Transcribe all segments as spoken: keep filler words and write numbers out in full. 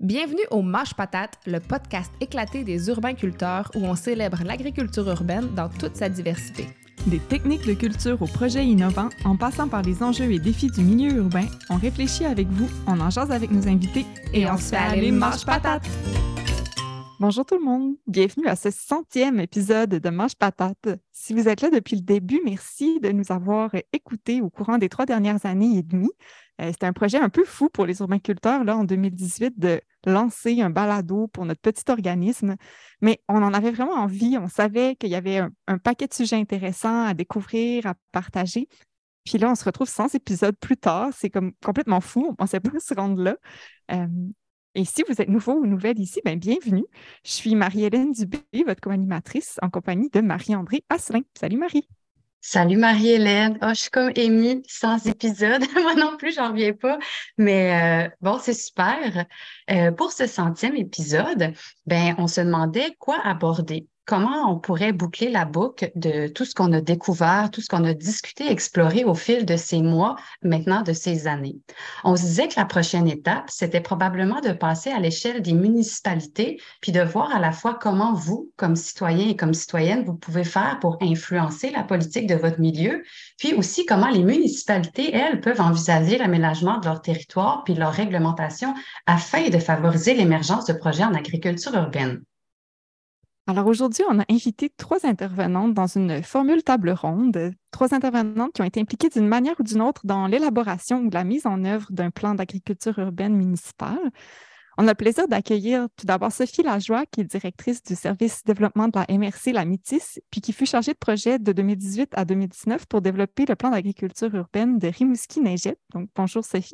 Bienvenue au Mâche Patate, le podcast éclaté des urbains-culteurs où on célèbre l'agriculture urbaine dans toute sa diversité. Des techniques de culture aux projets innovants, en passant par les enjeux et défis du milieu urbain, on réfléchit avec vous, on en jase avec nos invités et, et on, on se fait aller Mâche Patate! Bonjour tout le monde, bienvenue à ce centième épisode de Mâche Patate. Si vous êtes là depuis le début, merci de nous avoir écoutés au courant des trois dernières années et demie. Euh, c'était un projet un peu fou pour les urbains-culteurs là, en deux mille dix-huit de lancer un balado pour notre petit organisme, mais on en avait vraiment envie, on savait qu'il y avait un, un paquet de sujets intéressants à découvrir, à partager. Puis là, on se retrouve cent épisodes plus tard, c'est comme complètement fou, on ne pensait pas se rendre là. Euh, Et si vous êtes nouveau ou nouvelle ici, bien, bienvenue. Je suis Marie-Hélène Dubé, votre co-animatrice, en compagnie de Marie-André Asselin. Salut Marie! Salut Marie-Hélène! Oh, je suis comme émue, cent épisodes. Moi non plus, j'en reviens pas. Mais euh, bon, c'est super. Euh, pour ce centième épisode, ben, on se demandait quoi aborder. Comment on pourrait boucler la boucle de tout ce qu'on a découvert, tout ce qu'on a discuté, exploré au fil de ces mois, maintenant de ces années. On se disait que la prochaine étape, c'était probablement de passer à l'échelle des municipalités, puis de voir à la fois comment vous, comme citoyens et comme citoyennes, vous pouvez faire pour influencer la politique de votre milieu, puis aussi comment les municipalités, elles, peuvent envisager l'aménagement de leur territoire puis leur réglementation afin de favoriser l'émergence de projets en agriculture urbaine. Alors aujourd'hui, on a invité trois intervenantes dans une formule table ronde, trois intervenantes qui ont été impliquées d'une manière ou d'une autre dans l'élaboration ou la mise en œuvre d'un plan d'agriculture urbaine municipale. On a le plaisir d'accueillir tout d'abord Sophie Lajoie, qui est directrice du service développement de la M R C La Métis, puis qui fut chargée de projet de deux mille dix-huit à deux mille dix-neuf pour développer le plan d'agriculture urbaine de Rimouski-Neigette. Donc, bonjour Sophie.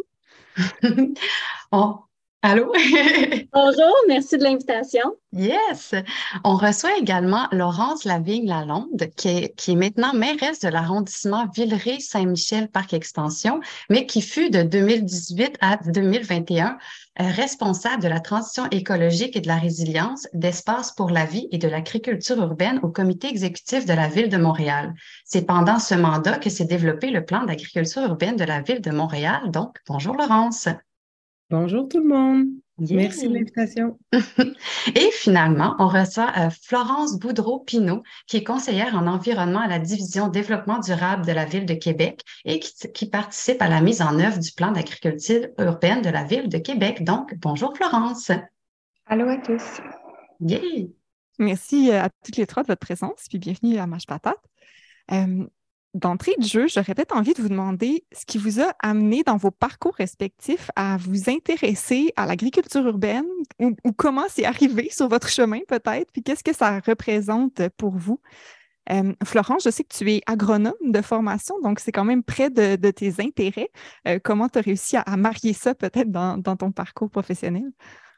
oh. Allô? Bonjour, merci de l'invitation. Yes! On reçoit également Laurence Lavigne-Lalonde, qui est, qui est maintenant mairesse de l'arrondissement Villeray-Saint-Michel-Parc-Extension, mais qui fut de deux mille dix-huit à deux mille vingt et un euh, responsable de la transition écologique et de la résilience, d'Espace pour la vie et de l'agriculture urbaine au comité exécutif de la Ville de Montréal. C'est pendant ce mandat que s'est développé le plan d'agriculture urbaine de la Ville de Montréal. Donc, bonjour Laurence! Bonjour tout le monde. Yeah. Merci de l'invitation. Et finalement, on reçoit euh, Florence Boudreau-Pinault, qui est conseillère en environnement à la division développement durable de la Ville de Québec et qui, qui participe à la mise en œuvre du plan d'agriculture urbaine de la Ville de Québec. Donc, bonjour Florence. Allô à tous. Yeah. Merci à toutes les trois de votre présence, puis bienvenue à Mâche Patate. Euh, D'entrée de jeu, j'aurais peut-être envie de vous demander ce qui vous a amené dans vos parcours respectifs à vous intéresser à l'agriculture urbaine ou, ou comment c'est arrivé sur votre chemin peut-être, puis qu'est-ce que ça représente pour vous. Euh, Florence, je sais que tu es agronome de formation, donc c'est quand même près de, de tes intérêts. Euh, comment tu as réussi à, à marier ça peut-être dans, dans ton parcours professionnel?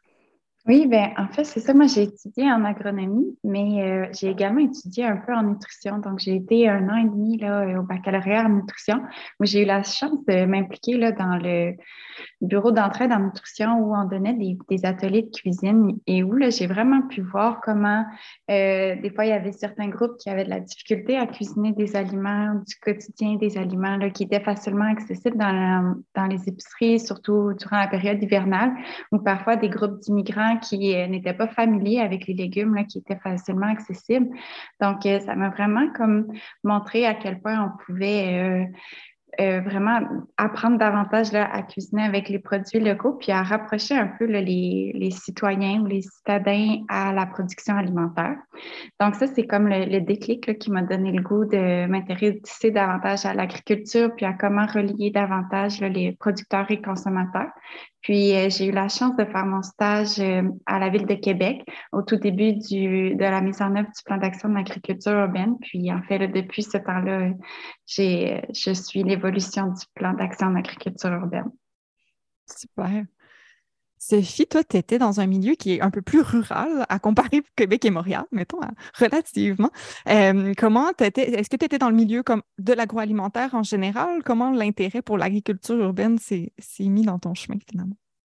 Oui, bien, en fait, c'est ça. Moi, j'ai étudié en agronomie, mais euh, j'ai également étudié un peu en nutrition. Donc, j'ai été un an et demi là, au baccalauréat en nutrition, où j'ai eu la chance de m'impliquer là, dans le bureau d'entraide en nutrition où on donnait des, des ateliers de cuisine et où là, j'ai vraiment pu voir comment, euh, des fois, il y avait certains groupes qui avaient de la difficulté à cuisiner des aliments du quotidien, des aliments là, qui étaient facilement accessibles dans, la, dans les épiceries, surtout durant la période hivernale, ou parfois des groupes d'immigrants qui euh, n'étaient pas familiers avec les légumes là, qui étaient facilement accessibles. Donc, euh, ça m'a vraiment comme montré à quel point on pouvait euh, euh, vraiment apprendre davantage là, à cuisiner avec les produits locaux, puis à rapprocher un peu là, les, les citoyens ou les citadins à la production alimentaire. Donc, ça, c'est comme le, le déclic là, qui m'a donné le goût de m'intéresser davantage à l'agriculture, puis à comment relier davantage là, les producteurs et consommateurs. Puis, euh, j'ai eu la chance de faire mon stage euh, à la Ville de Québec au tout début du, de la mise en œuvre du plan d'action de l'agriculture urbaine. Puis, en fait, là, depuis ce temps-là, j'ai, je suis l'évolution du plan d'action en agriculture urbaine. Super. Sophie, toi, tu étais dans un milieu qui est un peu plus rural à comparer Québec et Montréal, mettons, hein, relativement. Euh, comment t'étais, est-ce que tu étais dans le milieu comme de l'agroalimentaire en général? Comment l'intérêt pour l'agriculture urbaine s'est, s'est mis dans ton chemin, finalement?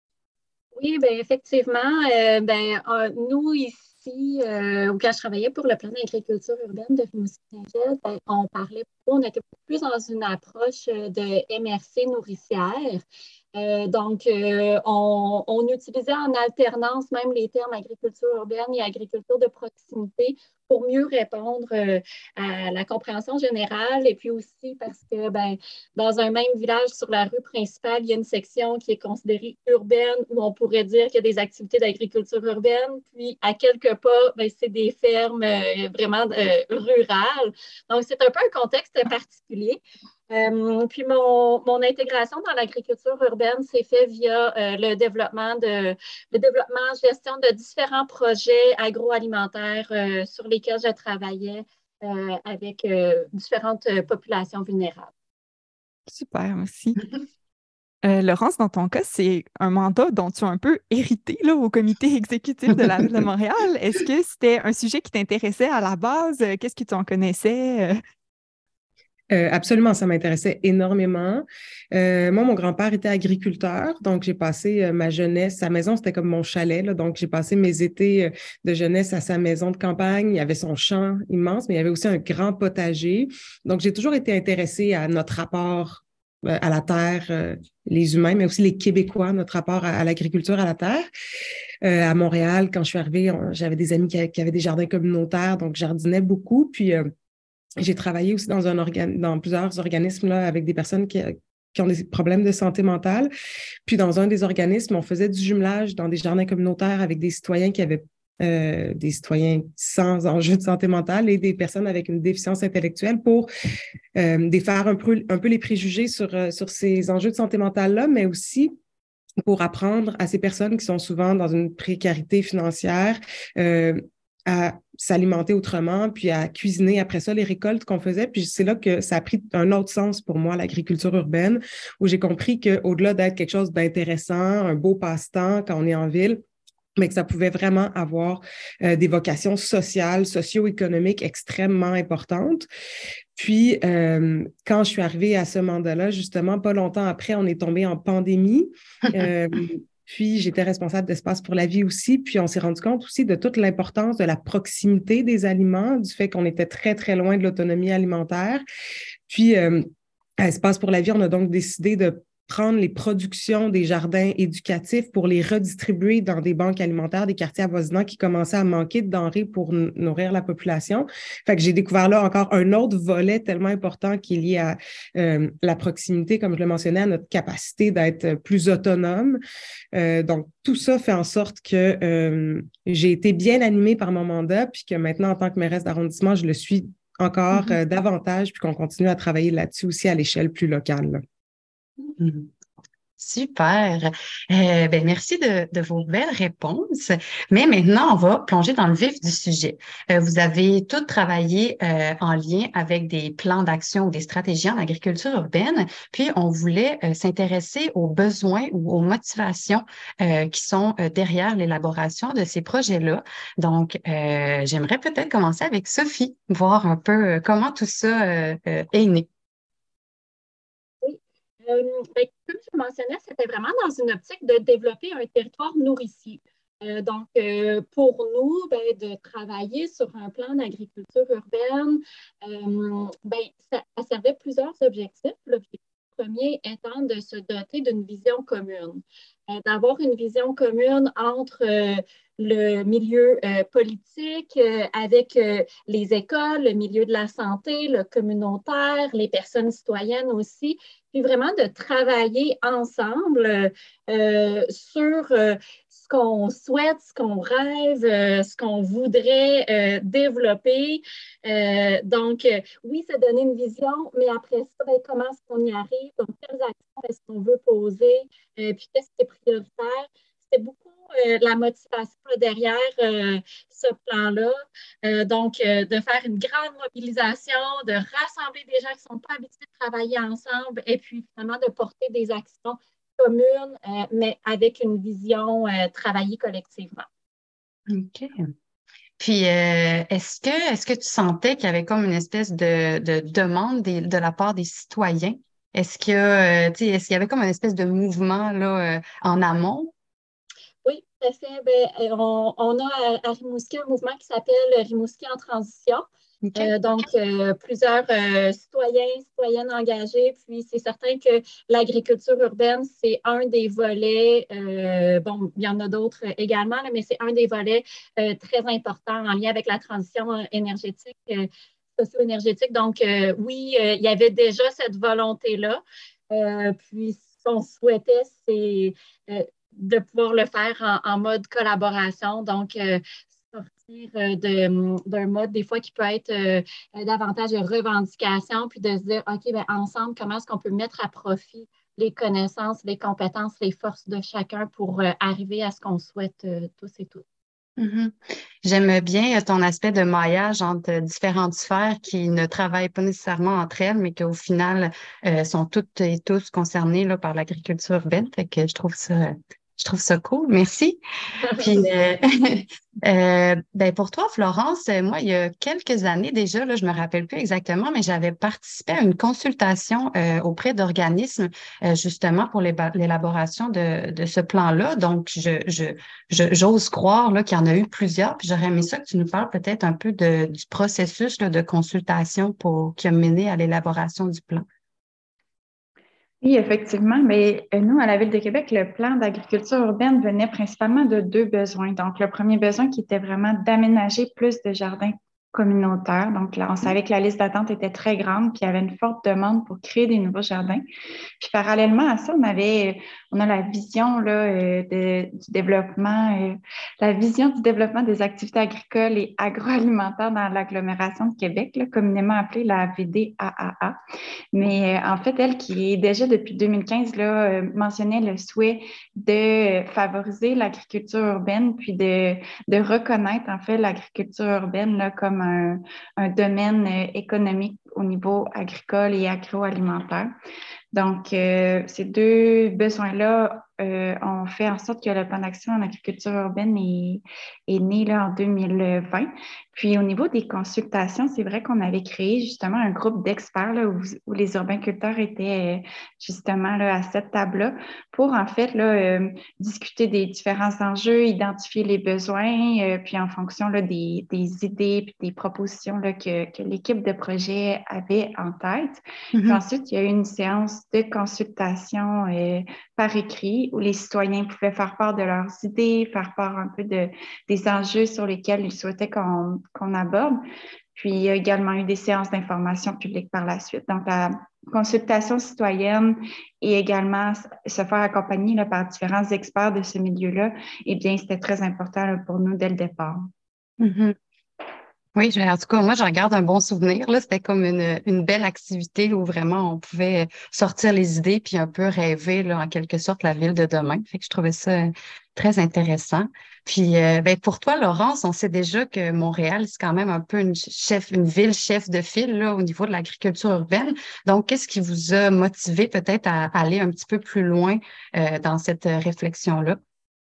Oui, bien, effectivement. Euh, ben, euh, nous, ici, euh, quand je travaillais pour le plan d'agriculture urbaine de Rimouski-Neigette, ben, on parlait, on était plus dans une approche de M R C nourricière. Euh, donc, euh, on, on utilisait en alternance même les termes agriculture urbaine et agriculture de proximité pour mieux répondre euh, à la compréhension générale. Et puis aussi parce que ben, dans un même village sur la rue principale, il y a une section qui est considérée urbaine où on pourrait dire qu'il y a des activités d'agriculture urbaine. Puis à quelques pas, ben, c'est des fermes euh, vraiment euh, rurales. Donc, c'est un peu un contexte particulier. Euh, puis mon, mon intégration dans l'agriculture urbaine s'est faite via euh, le développement de le développement, gestion de différents projets agroalimentaires euh, sur lesquels je travaillais euh, avec euh, différentes euh, populations vulnérables. Super, merci. Euh, Laurence, dans ton cas, c'est un mandat dont tu as un peu hérité là, au comité exécutif de la Ville de Montréal. Est-ce que c'était un sujet qui t'intéressait à la base? Qu'est-ce que tu en connaissais? Euh, absolument, ça m'intéressait énormément. Euh, moi, mon grand-père était agriculteur, donc j'ai passé euh, ma jeunesse, sa maison, c'était comme mon chalet, là, donc j'ai passé mes étés euh, de jeunesse à sa maison de campagne. Il y avait son champ immense, mais il y avait aussi un grand potager. Donc, j'ai toujours été intéressée à notre rapport euh, à la terre, euh, les humains, mais aussi les Québécois, notre rapport à, à l'agriculture, à la terre. Euh, à Montréal, quand je suis arrivée, on, j'avais des amis qui, qui avaient des jardins communautaires, donc je jardinais beaucoup, puis... Euh, J'ai travaillé aussi dans, un organ... dans plusieurs organismes là, avec des personnes qui, qui ont des problèmes de santé mentale. Puis dans un des organismes, on faisait du jumelage dans des jardins communautaires avec des citoyens qui avaient euh, des citoyens sans enjeu de santé mentale et des personnes avec une déficience intellectuelle pour euh, défaire un peu, un peu les préjugés sur, euh, sur ces enjeux de santé mentale-là, mais aussi pour apprendre à ces personnes qui sont souvent dans une précarité financière euh, à s'alimenter autrement, puis à cuisiner après ça les récoltes qu'on faisait. Puis c'est là que ça a pris un autre sens pour moi, l'agriculture urbaine, où j'ai compris qu'au-delà d'être quelque chose d'intéressant, un beau passe-temps quand on est en ville, mais que ça pouvait vraiment avoir euh, des vocations sociales, socio-économiques extrêmement importantes. Puis, euh, quand je suis arrivée à ce mandat-là, justement, pas longtemps après, on est tombé en pandémie. Euh, Puis, j'étais responsable d'Espace pour la vie aussi. Puis, on s'est rendu compte aussi de toute l'importance de la proximité des aliments, du fait qu'on était très, très loin de l'autonomie alimentaire. Puis, euh, à Espace pour la vie, on a donc décidé de prendre les productions des jardins éducatifs pour les redistribuer dans des banques alimentaires des quartiers avoisinants qui commençaient à manquer de denrées pour n- nourrir la population. Fait que j'ai découvert là encore un autre volet tellement important qui est lié à euh, la proximité, comme je le mentionnais, à notre capacité d'être plus autonome. Euh, donc, tout ça fait en sorte que euh, j'ai été bien animée par mon mandat, puis que maintenant, en tant que mairesse d'arrondissement, je le suis encore euh, davantage, puis qu'on continue à travailler là-dessus aussi à l'échelle plus locale, là. Mhm. Super. Euh, ben, merci de, de vos belles réponses. Mais maintenant, on va plonger dans le vif du sujet. Euh, vous avez toutes travaillé euh, en lien avec des plans d'action ou des stratégies en agriculture urbaine, puis on voulait euh, s'intéresser aux besoins ou aux motivations euh, qui sont euh, derrière l'élaboration de ces projets-là. Donc, euh, j'aimerais peut-être commencer avec Sophie, voir un peu euh, comment tout ça euh, euh, est né. Euh, ben, comme je le mentionnais, c'était vraiment dans une optique de développer un territoire nourricier. Euh, donc, euh, pour nous, ben, de travailler sur un plan d'agriculture urbaine, euh, ben, ça, ça servait plusieurs objectifs. L'objectif premier étant de se doter d'une vision commune, euh, d'avoir une vision commune entre euh, le milieu euh, politique, euh, avec euh, les écoles, le milieu de la santé, le communautaire, les personnes citoyennes aussi, puis vraiment de travailler ensemble euh, sur euh, ce qu'on souhaite, ce qu'on rêve, euh, ce qu'on voudrait euh, développer. Euh, donc, euh, oui, c'est donner une vision, mais après ça, ben, comment est-ce qu'on y arrive? Donc, quelles actions est-ce qu'on veut poser? Euh, puis, qu'est-ce qui est prioritaire? C'était beaucoup euh, la motivation là, derrière euh, ce plan-là. Euh, donc, euh, de faire une grande mobilisation, de rassembler des gens qui ne sont pas habitués de travailler ensemble et puis finalement de porter des actions communes, euh, mais avec une vision euh, travaillée collectivement. OK. Puis, euh, est-ce que, est-ce que tu sentais qu'il y avait comme une espèce de, de demande des- de la part des citoyens? Est-ce que, euh, tu sais, est-ce qu'il y avait comme une espèce de mouvement là, euh, en amont? Oui, tout à fait. Ben, on, on a à, à Rimouski un mouvement qui s'appelle Rimouski en transition. Okay. Euh, donc, euh, plusieurs euh, citoyens, citoyennes engagés. Puis, c'est certain que l'agriculture urbaine, c'est un des volets, euh, bon, il y en a d'autres également, là, mais c'est un des volets euh, très importants en lien avec la transition énergétique, euh, socio-énergétique. Donc, euh, oui, euh, il y avait déjà cette volonté-là. Euh, puis, ce qu'on souhaitait, c'est euh, de pouvoir le faire en, en mode collaboration. Donc, euh, sortir euh, de, d'un mode des fois qui peut être euh, davantage de revendication, puis de se dire, OK, bien, ensemble, comment est-ce qu'on peut mettre à profit les connaissances, les compétences, les forces de chacun pour euh, arriver à ce qu'on souhaite euh, tous et toutes. Mm-hmm. J'aime bien ton aspect de maillage entre différentes sphères qui ne travaillent pas nécessairement entre elles, mais qui au final euh, sont toutes et tous concernés là, par l'agriculture urbaine. Fait que je trouve ça, je trouve ça cool. Merci. Puis, euh, euh, ben pour toi, Florence, moi, il y a quelques années déjà, là, je me rappelle plus exactement, mais j'avais participé à une consultation euh, auprès d'organismes euh, justement pour l'éba- l'élaboration de, de ce plan-là. Donc, je, je, je- j'ose croire là, qu'il y en a eu plusieurs. Puis, j'aurais aimé ça que tu nous parles peut-être un peu de, du processus là, de consultation pour, qui a mené à l'élaboration du plan. Oui, effectivement. Mais euh, nous, à la Ville de Québec, le plan d'agriculture urbaine venait principalement de deux besoins. Donc, le premier besoin qui était vraiment d'aménager plus de jardins communautaires. Donc, là, on savait que la liste d'attente était très grande, puis il y avait une forte demande pour créer des nouveaux jardins. Puis, parallèlement à ça, on avait, on a la vision là, euh, de, du développement, euh, la vision du développement des activités agricoles et agroalimentaires dans l'agglomération de Québec, là, communément appelée la V D A A A. Mais euh, en fait, elle qui est déjà depuis deux mille quinze là, euh, mentionnait le souhait de favoriser l'agriculture urbaine, puis de, de reconnaître en fait l'agriculture urbaine là, comme un, un domaine euh, économique au niveau agricole et agroalimentaire. Donc, euh, ces deux besoins-là euh, ont fait en sorte que le plan d'action en agriculture urbaine est, est né là, en deux mille vingt. Puis, au niveau des consultations, c'est vrai qu'on avait créé justement un groupe d'experts là, où, où les urbainculteurs étaient euh, justement là, à cette table-là pour en fait là, euh, discuter des différents enjeux, identifier les besoins, euh, puis en fonction là, des, des idées puis des propositions là, que, que l'équipe de projet avait en tête. Mm-hmm. Puis ensuite, il y a eu une séance de consultation euh, par écrit où les citoyens pouvaient faire part de leurs idées, faire part un peu de, des enjeux sur lesquels ils souhaitaient qu'on, qu'on aborde. Puis, il y a également eu des séances d'information publique par la suite. Donc, la consultation citoyenne et également se faire accompagner là, par différents experts de ce milieu-là, eh bien, c'était très important là, pour nous dès le départ. Mm-hmm. Oui, je- en tout cas, moi, j'en garde un bon souvenir. Là, c'était comme une, une belle activité où vraiment on pouvait sortir les idées puis un peu rêver, là, en quelque sorte, la ville de demain. Fait que je trouvais ça très intéressant. Puis, euh, ben, pour toi, Laurence, on sait déjà que Montréal, c'est quand même un peu une chef, une ville chef de file, là, au niveau de l'agriculture urbaine. Donc, qu'est-ce qui vous a motivé peut-être à aller un petit peu plus loin, euh, dans cette réflexion-là?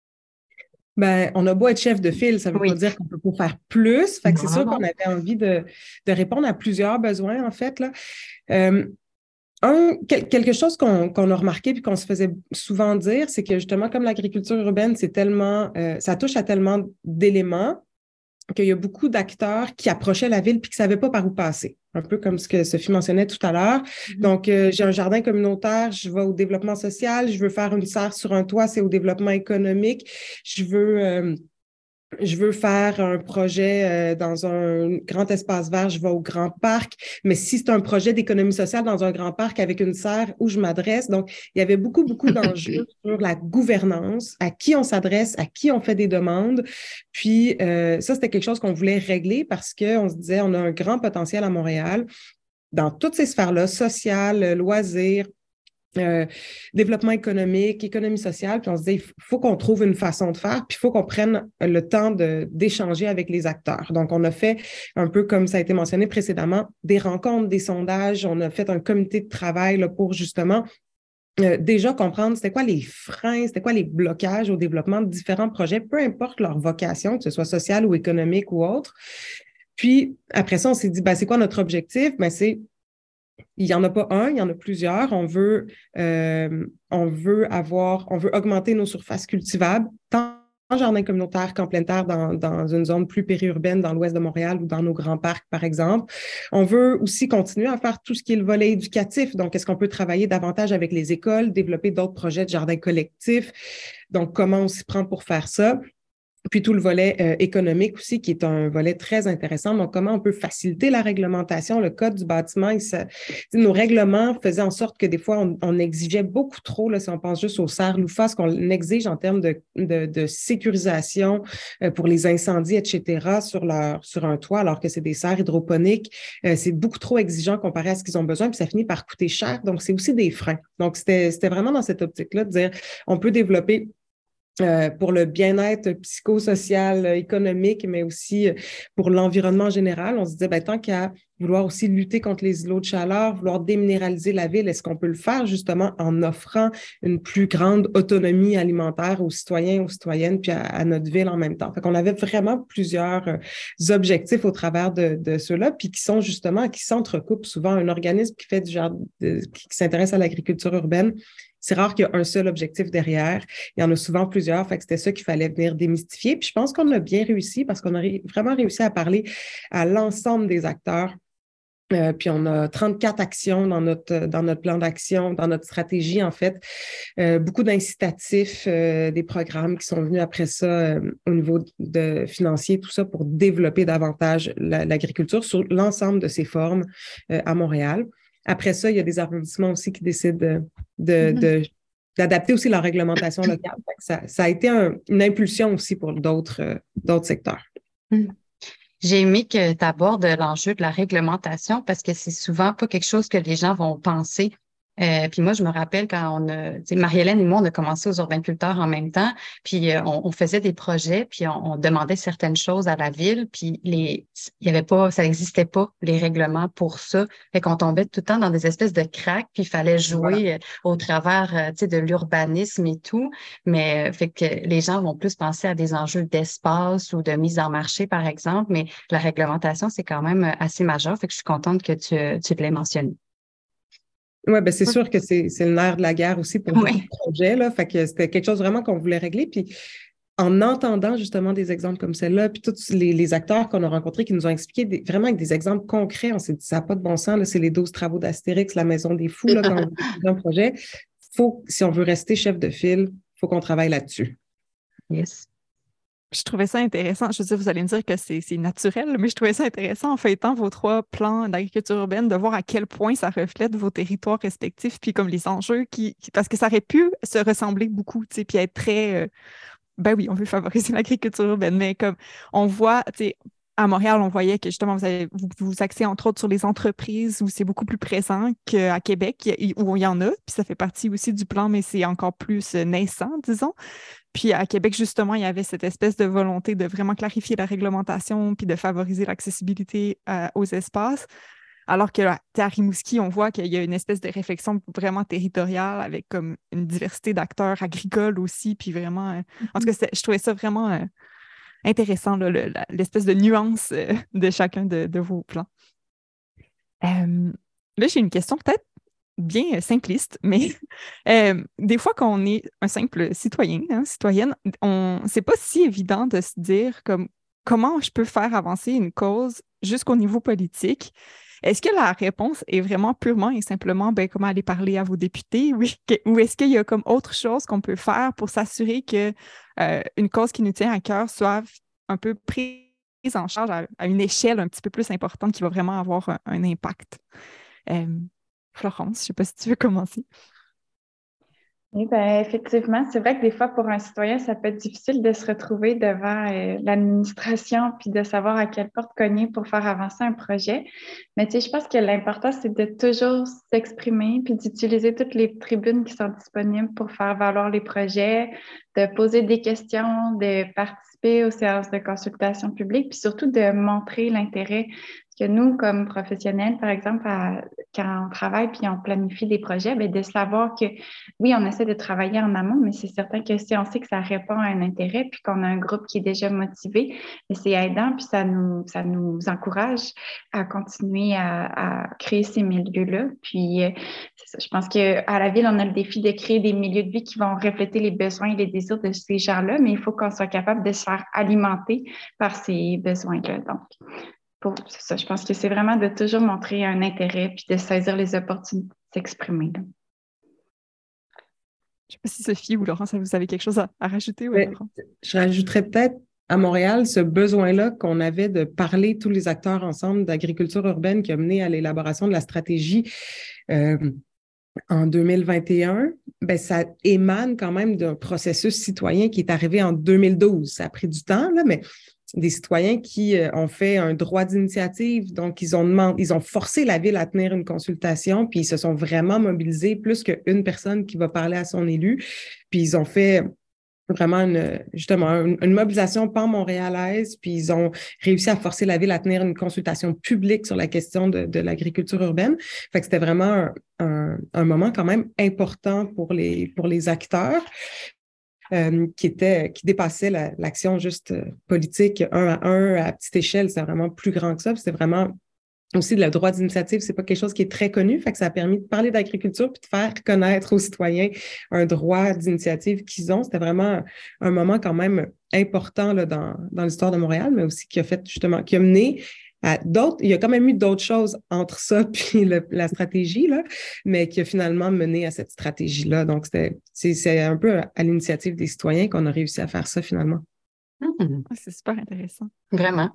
Ben, on a beau être chef de file, ça ne veut Oui. pas dire qu'on peut pas faire plus. Fait que Non, c'est non, sûr non. qu'on avait envie de, de répondre à plusieurs besoins, en fait, là. Euh, un, quel- quelque chose qu'on qu'on a remarqué puis qu'on se faisait souvent dire, c'est que justement, comme l'agriculture urbaine, c'est tellement, euh, ça touche à tellement d'éléments qu'il y a beaucoup d'acteurs qui approchaient la ville puis qui ne savaient pas par où passer. Un peu comme ce que Sophie mentionnait tout à l'heure. Mm-hmm. Donc, euh, j'ai un jardin communautaire, je vais au développement social, je veux faire une serre sur un toit, c'est au développement économique. Je veux... Euh, Je veux faire un projet euh, dans un grand espace vert, je vais au grand parc. Mais si c'est un projet d'économie sociale dans un grand parc avec une serre, où je m'adresse? Donc, il y avait beaucoup, beaucoup d'enjeux sur la gouvernance, à qui on s'adresse, à qui on fait des demandes. Puis, euh, ça, c'était quelque chose qu'on voulait régler parce qu'on se disait, on a un grand potentiel à Montréal dans toutes ces sphères-là, sociales, loisirs, Euh, développement économique, économie sociale, puis on se dit, il faut qu'on trouve une façon de faire, puis il faut qu'on prenne le temps de, d'échanger avec les acteurs. Donc, on a fait un peu comme ça a été mentionné précédemment, des rencontres, des sondages, on a fait un comité de travail là, pour justement euh, déjà comprendre c'était quoi les freins, c'était quoi les blocages au développement de différents projets, peu importe leur vocation, que ce soit sociale ou économique ou autre. Puis, après ça, on s'est dit, ben, c'est quoi notre objectif? Ben, c'est il n'y en a pas un, il y en a plusieurs. On veut, euh, on veut avoir, on veut augmenter nos surfaces cultivables, tant en jardin communautaire qu'en plein terre dans, dans une zone plus périurbaine dans l'ouest de Montréal ou dans nos grands parcs, par exemple. On veut aussi continuer à faire tout ce qui est le volet éducatif. Donc, est-ce qu'on peut travailler davantage avec les écoles, développer d'autres projets de jardin collectif? Donc, comment on s'y prend pour faire ça? Puis tout le volet euh, économique aussi, qui est un volet très intéressant. Donc, comment on peut faciliter la réglementation? Le code du bâtiment, il, ça, nos règlements faisaient en sorte que des fois, on, on exigeait beaucoup trop, là, si on pense juste aux serres louffas, ce qu'on exige en termes de, de, de sécurisation euh, pour les incendies, et cetera, sur, leur, sur un toit, alors que c'est des serres hydroponiques. Euh, c'est beaucoup trop exigeant comparé à ce qu'ils ont besoin, puis ça finit par coûter cher. Donc, c'est aussi des freins. Donc, c'était, c'était vraiment dans cette optique-là de dire, on peut développer Euh, pour le bien-être psychosocial, économique, mais aussi pour l'environnement général. On se disait, ben, tant qu'à vouloir aussi lutter contre les îlots de chaleur, vouloir déminéraliser la ville, est-ce qu'on peut le faire justement en offrant une plus grande autonomie alimentaire aux citoyens, aux citoyennes, puis à, à notre ville en même temps? Fait qu'on avait vraiment plusieurs euh, objectifs au travers de, de ceux-là, puis qui sont justement, qui s'entrecoupent souvent. Un organisme qui fait du jardin, de, qui, qui s'intéresse à l'agriculture urbaine, c'est rare qu'il y ait un seul objectif derrière. Il y en a souvent plusieurs. Fait que c'était ça qu'il fallait venir démystifier. Puis je pense qu'on a bien réussi parce qu'on a ré- vraiment réussi à parler à l'ensemble des acteurs. Euh, puis on a trente-quatre actions dans notre, dans notre plan d'action, dans notre stratégie, en fait. Euh, beaucoup d'incitatifs, euh, des programmes qui sont venus après ça euh, au niveau de financier, tout ça pour développer davantage la, l'agriculture sur l'ensemble de ses formes euh, à Montréal. Après ça, il y a des arrondissements aussi qui décident de, de, mm-hmm. de, d'adapter aussi leur réglementation locale. Ça, ça a été un, une impulsion aussi pour d'autres, euh, d'autres secteurs. Mm. J'ai aimé que tu abordes l'enjeu de la réglementation parce que c'est souvent pas quelque chose que les gens vont penser. Euh, puis moi, je me rappelle quand on a, tu sais, Marie-Hélène et moi, on a commencé aux urbaniculteurs en même temps, puis euh, on, on faisait des projets, puis on, on demandait certaines choses à la ville, puis les, il y avait pas, ça n'existait pas les règlements pour ça, fait qu'on tombait tout le temps dans des espèces de cracks, puis il fallait jouer voilà. au travers, euh, tu sais, de l'urbanisme et tout, mais euh, fait que les gens vont plus penser à des enjeux d'espace ou de mise en marché, par exemple, mais la réglementation, c'est quand même assez majeur, fait que je suis contente que tu, tu l'aies mentionné. Oui, ben c'est sûr que c'est, c'est le nerf de la guerre aussi pour beaucoup oui. de projets. Là, fait que c'était quelque chose vraiment qu'on voulait régler. Puis en entendant justement des exemples comme celle-là, puis tous les, les acteurs qu'on a rencontrés qui nous ont expliqué des, vraiment avec des exemples concrets, on s'est dit ça n'a pas de bon sens, là, c'est les douze travaux d'Astérix, la Maison des Fous, là, quand on veut un projet. Faut, si on veut rester chef de file, il faut qu'on travaille là-dessus. Yes. Je trouvais ça intéressant. Je veux dire, vous allez me dire que c'est, c'est naturel, mais je trouvais ça intéressant en feuilletant vos trois plans d'agriculture urbaine de voir à quel point ça reflète vos territoires respectifs, puis comme les enjeux qui, qui parce que ça aurait pu se ressembler beaucoup, tu sais, puis être très, euh, ben oui, on veut favoriser l'agriculture urbaine, mais comme on voit, tu sais, à Montréal, on voyait que justement, vous avez, vous, vous axez entre autres sur les entreprises où c'est beaucoup plus présent qu'à Québec, où il y en a, puis ça fait partie aussi du plan, mais c'est encore plus naissant, disons. Puis à Québec, justement, il y avait cette espèce de volonté de vraiment clarifier la réglementation puis de favoriser l'accessibilité euh, aux espaces. Alors que là, à Rimouski, on voit qu'il y a une espèce de réflexion vraiment territoriale avec comme une diversité d'acteurs agricoles aussi. Puis vraiment, euh, mm-hmm. en tout cas, je trouvais ça vraiment euh, intéressant, là, le, la, l'espèce de nuance euh, de chacun de, de vos plans. Euh, là, j'ai une question peut-être bien simpliste, mais euh, des fois, quand on est un simple citoyen, hein, citoyenne, on, c'est pas si évident de se dire comme comment je peux faire avancer une cause jusqu'au niveau politique. Est-ce que la réponse est vraiment purement et simplement ben, comment aller parler à vos députés ou, ou est-ce qu'il y a comme autre chose qu'on peut faire pour s'assurer que euh, une cause qui nous tient à cœur soit un peu prise en charge à, à une échelle un petit peu plus importante qui va vraiment avoir un, un impact? Euh, Florence, je ne sais pas si tu veux commencer. Oui, bien, effectivement, c'est vrai que des fois, pour un citoyen, ça peut être difficile de se retrouver devant euh, l'administration puis de savoir à quelle porte cogner pour faire avancer un projet. Mais tu sais, je pense que l'important, c'est de toujours s'exprimer puis d'utiliser toutes les tribunes qui sont disponibles pour faire valoir les projets, de poser des questions, de participer aux séances de consultation publique puis surtout de montrer l'intérêt que nous, comme professionnels, par exemple, à, quand on travaille puis on planifie des projets, bien, de savoir que oui, on essaie de travailler en amont, mais c'est certain que si on sait que ça répond à un intérêt puis qu'on a un groupe qui est déjà motivé, c'est aidant puis ça nous, ça nous encourage à continuer à, à créer ces milieux-là. Puis, euh, c'est ça, je pense qu'à la ville, on a le défi de créer des milieux de vie qui vont refléter les besoins et les désirs de ces gens-là, mais il faut qu'on soit capable de se faire alimenter par ces besoins-là. Donc, pour, c'est ça, je pense que c'est vraiment de toujours montrer un intérêt puis de saisir les opportunités de s'exprimer. Là. Je ne sais pas si Sophie ou Laurence, vous avez quelque chose à, à rajouter. Ouais, je rajouterais peut-être à Montréal ce besoin-là qu'on avait de parler tous les acteurs ensemble d'agriculture urbaine qui a mené à l'élaboration de la stratégie euh, en deux mille vingt et un. Ben, ça émane quand même d'un processus citoyen qui est arrivé en deux mille douze. Ça a pris du temps, là, mais des citoyens qui euh, ont fait un droit d'initiative. Donc, ils ont demandé, ils ont forcé la ville à tenir une consultation, puis ils se sont vraiment mobilisés, plus qu'une personne qui va parler à son élu. Puis ils ont fait vraiment une, justement une, une mobilisation pan-montréalaise, puis ils ont réussi à forcer la ville à tenir une consultation publique sur la question de, de l'agriculture urbaine. Fait que c'était vraiment un, un, un moment quand même important pour les, pour les acteurs. Euh, qui était, qui dépassait la, l'action juste euh, politique un à un à petite échelle. C'est vraiment plus grand que ça. Puis c'était vraiment aussi de le droit d'initiative. C'est pas quelque chose qui est très connu. Fait que ça a permis de parler d'agriculture puis de faire connaître aux citoyens un droit d'initiative qu'ils ont. C'était vraiment un moment quand même important là, dans, dans l'histoire de Montréal, mais aussi qui a fait justement, qui a mené à d'autres, il y a quand même eu d'autres choses entre ça puis le, la stratégie, là, mais qui a finalement mené à cette stratégie-là. Donc, c'était, c'est, c'est un peu à l'initiative des citoyens qu'on a réussi à faire ça finalement. Mmh. C'est super intéressant. Vraiment.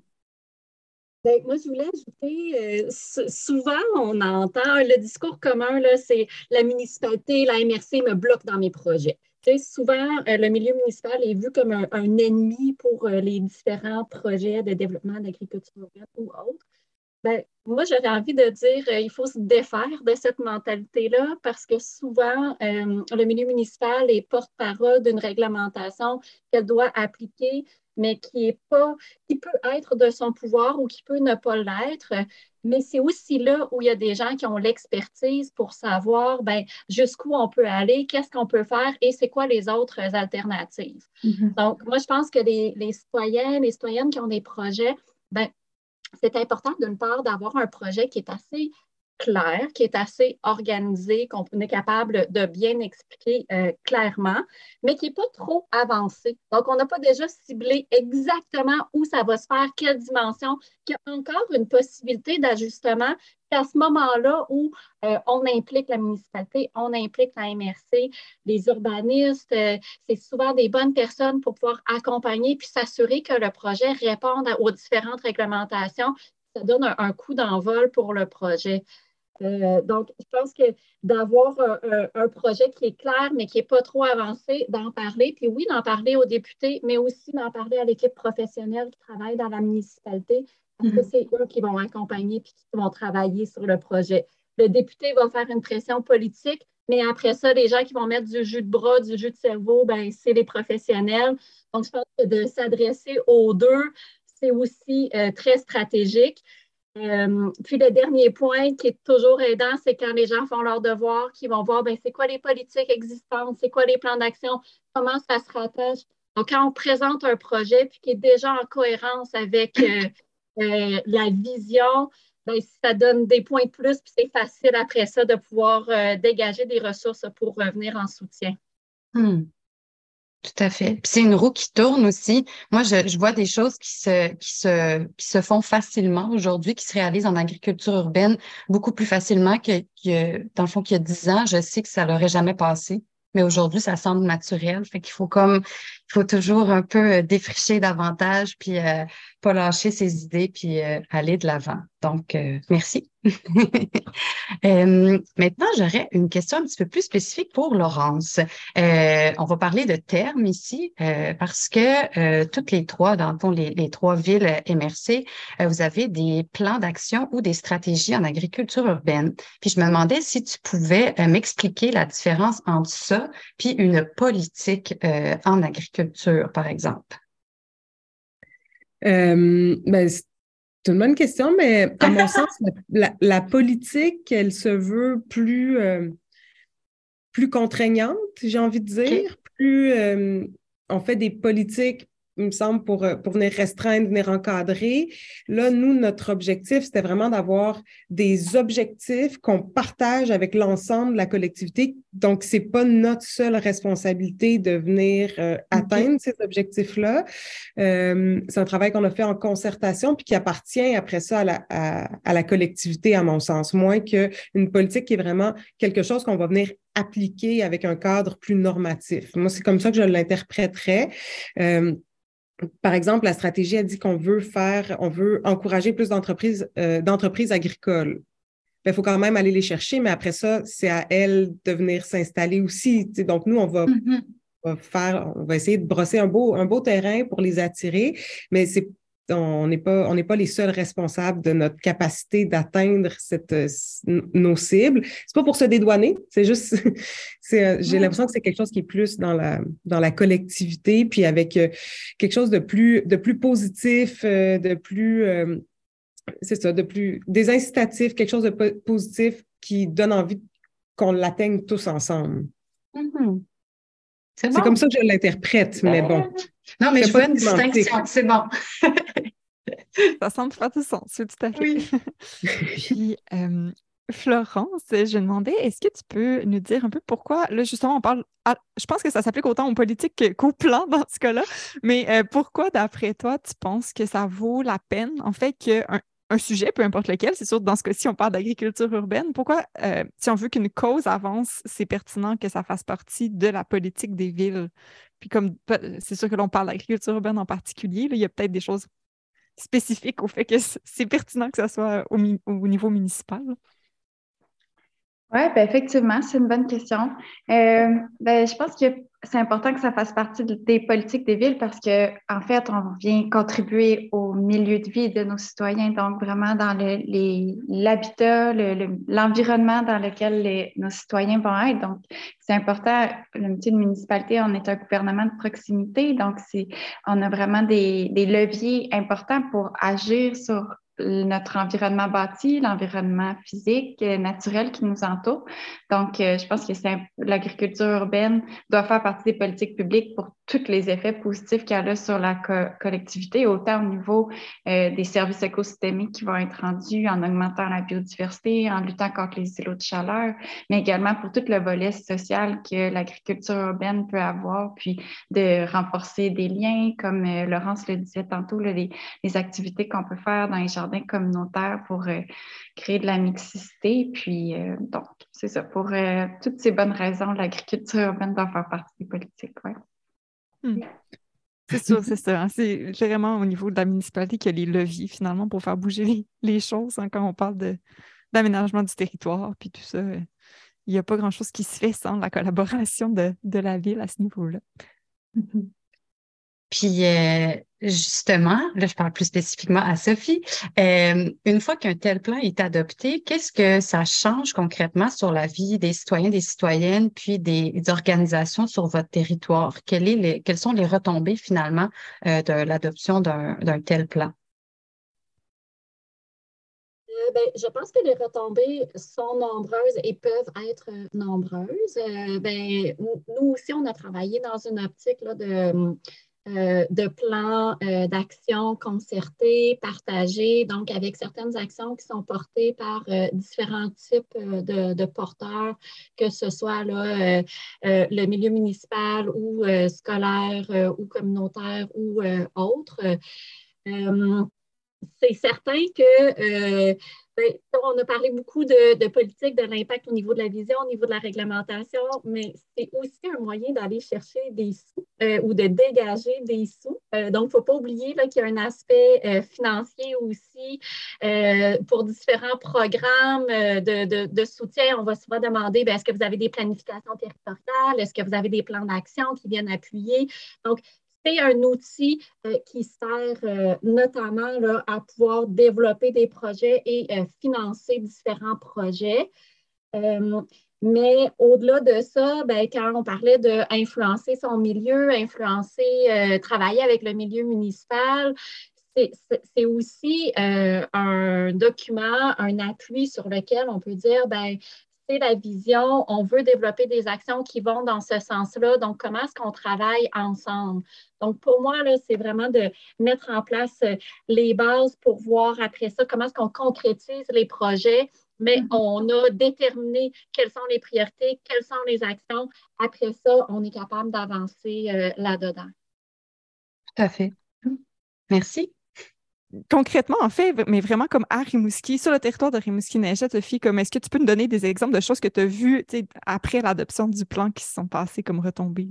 Ben, moi, je voulais ajouter, euh, souvent, on entend le discours commun, là, c'est la municipalité, la M R C me bloque dans mes projets. Tu sais, souvent, euh, le milieu municipal est vu comme un, un ennemi pour euh, les différents projets de développement d'agriculture urbaine ou autres. Ben, moi, j'aurais envie de dire qu'il euh, faut se défaire de cette mentalité-là parce que souvent, euh, le milieu municipal est porte-parole d'une réglementation qu'elle doit appliquer, mais qui est pas, qui peut être de son pouvoir ou qui peut ne pas l'être. Mais c'est aussi là où il y a des gens qui ont l'expertise pour savoir ben, jusqu'où on peut aller, qu'est-ce qu'on peut faire et c'est quoi les autres alternatives. Mm-hmm. Donc, moi, je pense que les, les citoyens, les citoyennes qui ont des projets, ben, c'est important d'une part d'avoir un projet qui est assez clair, qui est assez organisé, qu'on est capable de bien expliquer euh, clairement, mais qui n'est pas trop avancé. Donc, on n'a pas déjà ciblé exactement où ça va se faire, quelle dimension, qu'il y a encore une possibilité d'ajustement. C'est à ce moment-là où euh, on implique la municipalité, on implique la M R C, les urbanistes, euh, c'est souvent des bonnes personnes pour pouvoir accompagner puis s'assurer que le projet réponde à, aux différentes réglementations. Ça donne un, un coup d'envol pour le projet. Euh, donc, je pense que d'avoir un, un, un projet qui est clair, mais qui n'est pas trop avancé, d'en parler, puis oui, d'en parler aux députés, mais aussi d'en parler à l'équipe professionnelle qui travaille dans la municipalité, parce que c'est eux qui vont accompagner puis qui vont travailler sur le projet. Le député va faire une pression politique, mais après ça, les gens qui vont mettre du jus de bras, du jus de cerveau, ben, c'est les professionnels. Donc, je pense que de s'adresser aux deux, c'est aussi euh, très stratégique. Euh, puis le dernier point qui est toujours aidant, c'est quand les gens font leur devoir, qu'ils vont voir ben, c'est quoi les politiques existantes, c'est quoi les plans d'action, comment ça se rattache. Donc, quand on présente un projet puis qui est déjà en cohérence avec euh, euh, la vision, ben, ça donne des points de plus puis c'est facile après ça de pouvoir euh, dégager des ressources pour revenir en soutien. Hmm. Tout à fait. Puis c'est une roue qui tourne aussi. Moi, je, je vois des choses qui se, qui se, qui se font facilement aujourd'hui, qui se réalisent en agriculture urbaine beaucoup plus facilement que, que dans le fond, qu'il y a dix ans. Je sais que ça l'aurait jamais passé, mais aujourd'hui, ça semble naturel. Fait qu'il faut comme, il faut toujours un peu défricher davantage, puis euh, pas lâcher ses idées, puis euh, aller de l'avant. Donc, euh, merci. euh, maintenant, j'aurais une question un petit peu plus spécifique pour Laurence. Euh, on va parler de termes ici euh, parce que euh, toutes les trois, dans le fond, les, les trois villes M R C, euh, vous avez des plans d'action ou des stratégies en agriculture urbaine. Puis je me demandais si tu pouvais euh, m'expliquer la différence entre ça puis une politique euh, en agriculture, par exemple. Euh, ben, C'est une bonne question, mais à mon sens, la, la, la politique, elle se veut plus, euh, plus contraignante, j'ai envie de dire. OK. Plus euh, on fait des politiques, il me semble, pour, pour venir restreindre, venir encadrer. Là, nous, notre objectif, c'était vraiment d'avoir des objectifs qu'on partage avec l'ensemble de la collectivité. Donc, c'est pas notre seule responsabilité de venir euh, atteindre OK. ces objectifs-là. Euh, c'est un travail qu'on a fait en concertation puis qui appartient après ça à la, à, à la collectivité, à mon sens, moins qu'une politique qui est vraiment quelque chose qu'on va venir appliquer avec un cadre plus normatif. Moi, c'est comme ça que je l'interpréterais. Euh, Par exemple, la stratégie a dit qu'on veut faire, on veut encourager plus d'entreprises, euh, d'entreprises agricoles. Il faut quand même aller les chercher, mais après ça, c'est à elles de venir s'installer aussi. T'sais, donc, nous, on va, Mm-hmm. on va faire, on va essayer de brosser un beau, un beau terrain pour les attirer, mais c'est on n'est pas, on n'est pas les seuls responsables de notre capacité d'atteindre cette, nos cibles. C'est pas pour se dédouaner, c'est juste, c'est, j'ai l'impression que c'est quelque chose qui est plus dans la, dans la collectivité, puis avec euh, quelque chose de plus, de plus positif, euh, de plus, euh, c'est ça, de plus, des incitatifs, quelque chose de po- positif qui donne envie qu'on l'atteigne tous ensemble. Mm-hmm. C'est C'est bon. comme ça que je l'interprète, mais bon. Non, mais Je je fais vois pas une de sémantique. distinction. C'est bon. Ça semble faire du sens, oui, tout à fait. Oui. Puis, euh, Florence, je me demandais, est-ce que tu peux nous dire un peu pourquoi, là, justement, on parle, à- je pense que ça s'applique autant aux politiques que- qu'aux plans dans ce cas-là, mais euh, pourquoi, d'après toi, tu penses que ça vaut la peine, en fait, qu'un un sujet, peu importe lequel, c'est sûr, dans ce cas-ci, on parle d'agriculture urbaine, pourquoi, euh, si on veut qu'une cause avance, c'est pertinent que ça fasse partie de la politique des villes? Puis comme, c'est sûr que l'on parle d'agriculture urbaine en particulier, là, il y a peut-être des choses spécifiques au fait que c'est pertinent que ça soit au, mi- au niveau municipal. Oui, ben effectivement, c'est une bonne question. Euh, ben, je pense que c'est important que ça fasse partie de- des politiques des villes parce que, en fait, on vient contribuer au milieu de vie de nos citoyens, donc vraiment dans le, les, l'habitat, le, le- l'environnement dans lequel les- nos citoyens vont être. Donc, c'est important. Le métier de municipalité, on est un gouvernement de proximité, donc c'est, on a vraiment des, des leviers importants pour agir sur notre environnement bâti, l'environnement physique, euh, naturel qui nous entoure. Donc, euh, je pense que c'est un- l'agriculture urbaine doit faire partie des politiques publiques pour tous les effets positifs qu'elle a sur la co- collectivité, autant au niveau euh, des services écosystémiques qui vont être rendus en augmentant la biodiversité, en luttant contre les îlots de chaleur, mais également pour tout le volet social que l'agriculture urbaine peut avoir, puis de renforcer des liens, comme euh, Laurence le disait tantôt, là, les, les activités qu'on peut faire dans les jardins communautaires pour euh, créer de la mixité. Puis, euh, donc, c'est ça. Pour euh, toutes ces bonnes raisons, l'agriculture urbaine doit faire partie des politiques. Ouais. Hmm. C'est sûr, c'est ça. Hein. C'est vraiment au niveau de la municipalité qu'il y a les leviers, finalement, pour faire bouger les, les choses hein, quand on parle de, d'aménagement du territoire, puis tout ça. euh, Il n'y a pas grand-chose qui se fait sans la collaboration de, de la ville à ce niveau-là. Puis euh, justement, là, je parle plus spécifiquement à Sophie. Euh, une fois qu'un tel plan est adopté, qu'est-ce que ça change concrètement sur la vie des citoyens, des citoyennes, puis des, des organisations sur votre territoire? Quelles, est les, quelles sont les retombées finalement euh, de l'adoption d'un, d'un tel plan? Euh, ben, je pense que les retombées sont nombreuses et peuvent être euh, nombreuses. Euh, ben, nous aussi, on a travaillé dans une optique là, de, euh, de plans euh, d'action concertés, partagés, donc avec certaines actions qui sont portées par euh, différents types euh, de, de porteurs, que ce soit là, euh, euh, le milieu municipal ou euh, scolaire euh, ou communautaire ou euh, autre. Euh, c'est certain que euh, ben, on a parlé beaucoup de, de politique, de l'impact au niveau de la vision, au niveau de la réglementation, mais c'est aussi un moyen d'aller chercher des sous euh, ou de dégager des sous. Euh, donc, il ne faut pas oublier là, qu'il y a un aspect euh, financier aussi euh, pour différents programmes euh, de, de, de soutien. On va souvent demander, ben, est-ce que vous avez des planifications territoriales? Est-ce que vous avez des plans d'action qui viennent appuyer? Donc, c'est un outil euh, qui sert euh, notamment là, à pouvoir développer des projets et euh, financer différents projets. Euh, mais au-delà de ça, ben, quand on parlait d'influencer son milieu, influencer, euh, travailler avec le milieu municipal, c'est, c'est, c'est aussi euh, un document, un appui sur lequel on peut dire, ben c'est la vision, on veut développer des actions qui vont dans ce sens-là. Donc, comment est-ce qu'on travaille ensemble? Donc, pour moi, là, c'est vraiment de mettre en place les bases pour voir après ça comment est-ce qu'on concrétise les projets, mais mm-hmm. on a déterminé quelles sont les priorités, quelles sont les actions. Après ça, on est capable d'avancer euh, là-dedans. Tout à fait. Merci. Concrètement, en fait, mais vraiment comme à Rimouski, sur le territoire de Rimouski-Neigette, Sophie, comme est-ce que tu peux nous donner des exemples de choses que tu as vues après l'adoption du plan qui se sont passées comme retombées?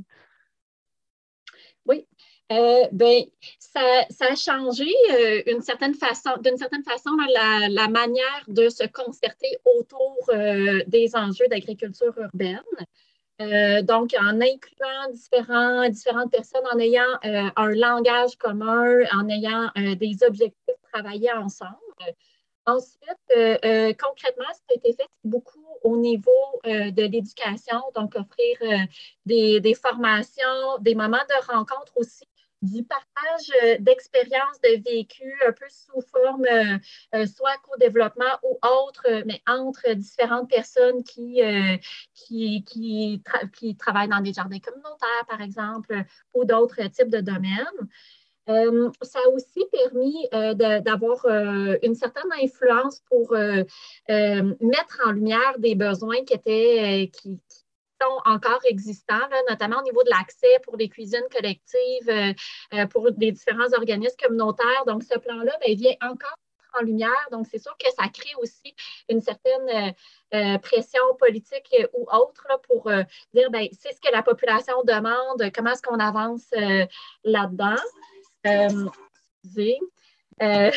Oui. Euh, ben, ça, ça a changé euh, une certaine façon, d'une certaine façon la, la manière de se concerter autour euh, des enjeux d'agriculture urbaine. Euh, donc, en incluant différents, différentes personnes, en ayant euh, un langage commun, en ayant euh, des objectifs travaillés ensemble. Ensuite, euh, euh, concrètement, ce qui a été fait beaucoup au niveau euh, de l'éducation, donc offrir euh, des, des formations, des moments de rencontre aussi, du partage euh, d'expériences de vécu un peu sous forme euh, euh, soit co-développement ou autre, euh, mais entre différentes personnes qui, euh, qui, qui, tra- qui travaillent dans des jardins communautaires, par exemple, euh, ou d'autres types de domaines. Euh, ça a aussi permis euh, de, d'avoir euh, une certaine influence pour euh, euh, mettre en lumière des besoins qui étaient, euh, qui, qui sont encore existants, là, notamment au niveau de l'accès pour les cuisines collectives, euh, euh, pour les différents organismes communautaires. Donc, ce plan-là ben, vient encore en lumière. Donc, c'est sûr que ça crée aussi une certaine euh, euh, pression politique ou autre là, pour euh, dire, ben, c'est ce que la population demande, comment est-ce qu'on avance euh, là-dedans. Euh, excusez. Euh,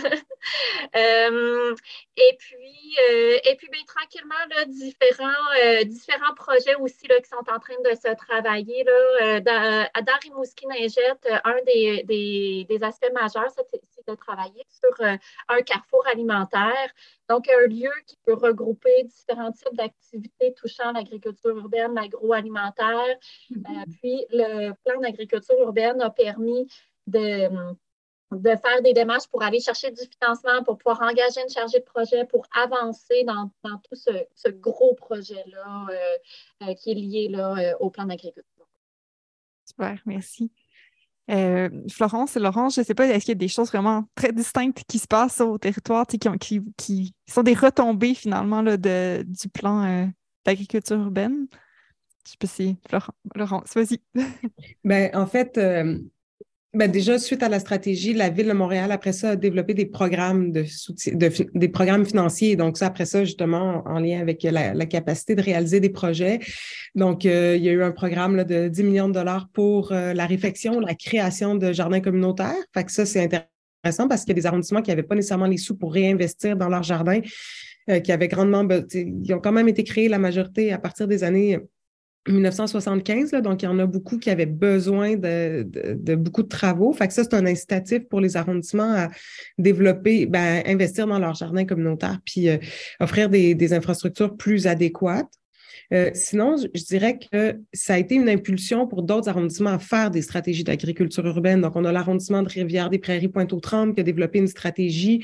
euh, et puis, euh, et puis bien, tranquillement, là, différents, euh, différents projets aussi là, qui sont en train de se travailler. Là, euh, dans, dans Rimouski-Neigette, un des, des, des aspects majeurs, c'est, c'est de travailler sur euh, un carrefour alimentaire. Donc, un lieu qui peut regrouper différents types d'activités touchant l'agriculture urbaine, l'agroalimentaire. Mm-hmm. Euh, puis, le plan d'agriculture urbaine a permis de, de faire des démarches pour aller chercher du financement, pour pouvoir engager une chargée de projet, pour avancer dans, dans tout ce, ce gros projet-là euh, euh, qui est lié là, euh, au plan d'agriculture. Super, merci. Euh, Florence et Laurence, je ne sais pas, est-ce qu'il y a des choses vraiment très distinctes qui se passent au territoire qui, qui, qui sont des retombées finalement là, de, du plan euh, d'agriculture urbaine? Je ne sais pas si Florence, Laurence, vas-y. Ben, en fait, euh, ben déjà, suite à la stratégie, la Ville de Montréal, après ça, a développé des programmes de soutien, de, des programmes financiers. Donc, ça, après ça, justement, en lien avec la, la capacité de réaliser des projets. Donc, euh, il y a eu un programme là, de dix millions de dollars pour euh, la réfection, la création de jardins communautaires. Fait que ça, c'est intéressant parce qu'il y a des arrondissements qui n'avaient pas nécessairement les sous pour réinvestir dans leurs jardins, euh, qui avaient grandement... Ils ont quand même été créés, la majorité, à partir des années dix-neuf cent soixante-quinze, là, donc il y en a beaucoup qui avaient besoin de, de, de beaucoup de travaux. Fait que ça, c'est un incitatif pour les arrondissements à développer, ben, investir dans leur jardin communautaire puis euh, offrir des, des infrastructures plus adéquates. Euh, sinon, je, je dirais que ça a été une impulsion pour d'autres arrondissements à faire des stratégies d'agriculture urbaine. Donc, on a l'arrondissement de Rivière-des-Prairies-Pointe-aux-Trembles qui a développé une stratégie.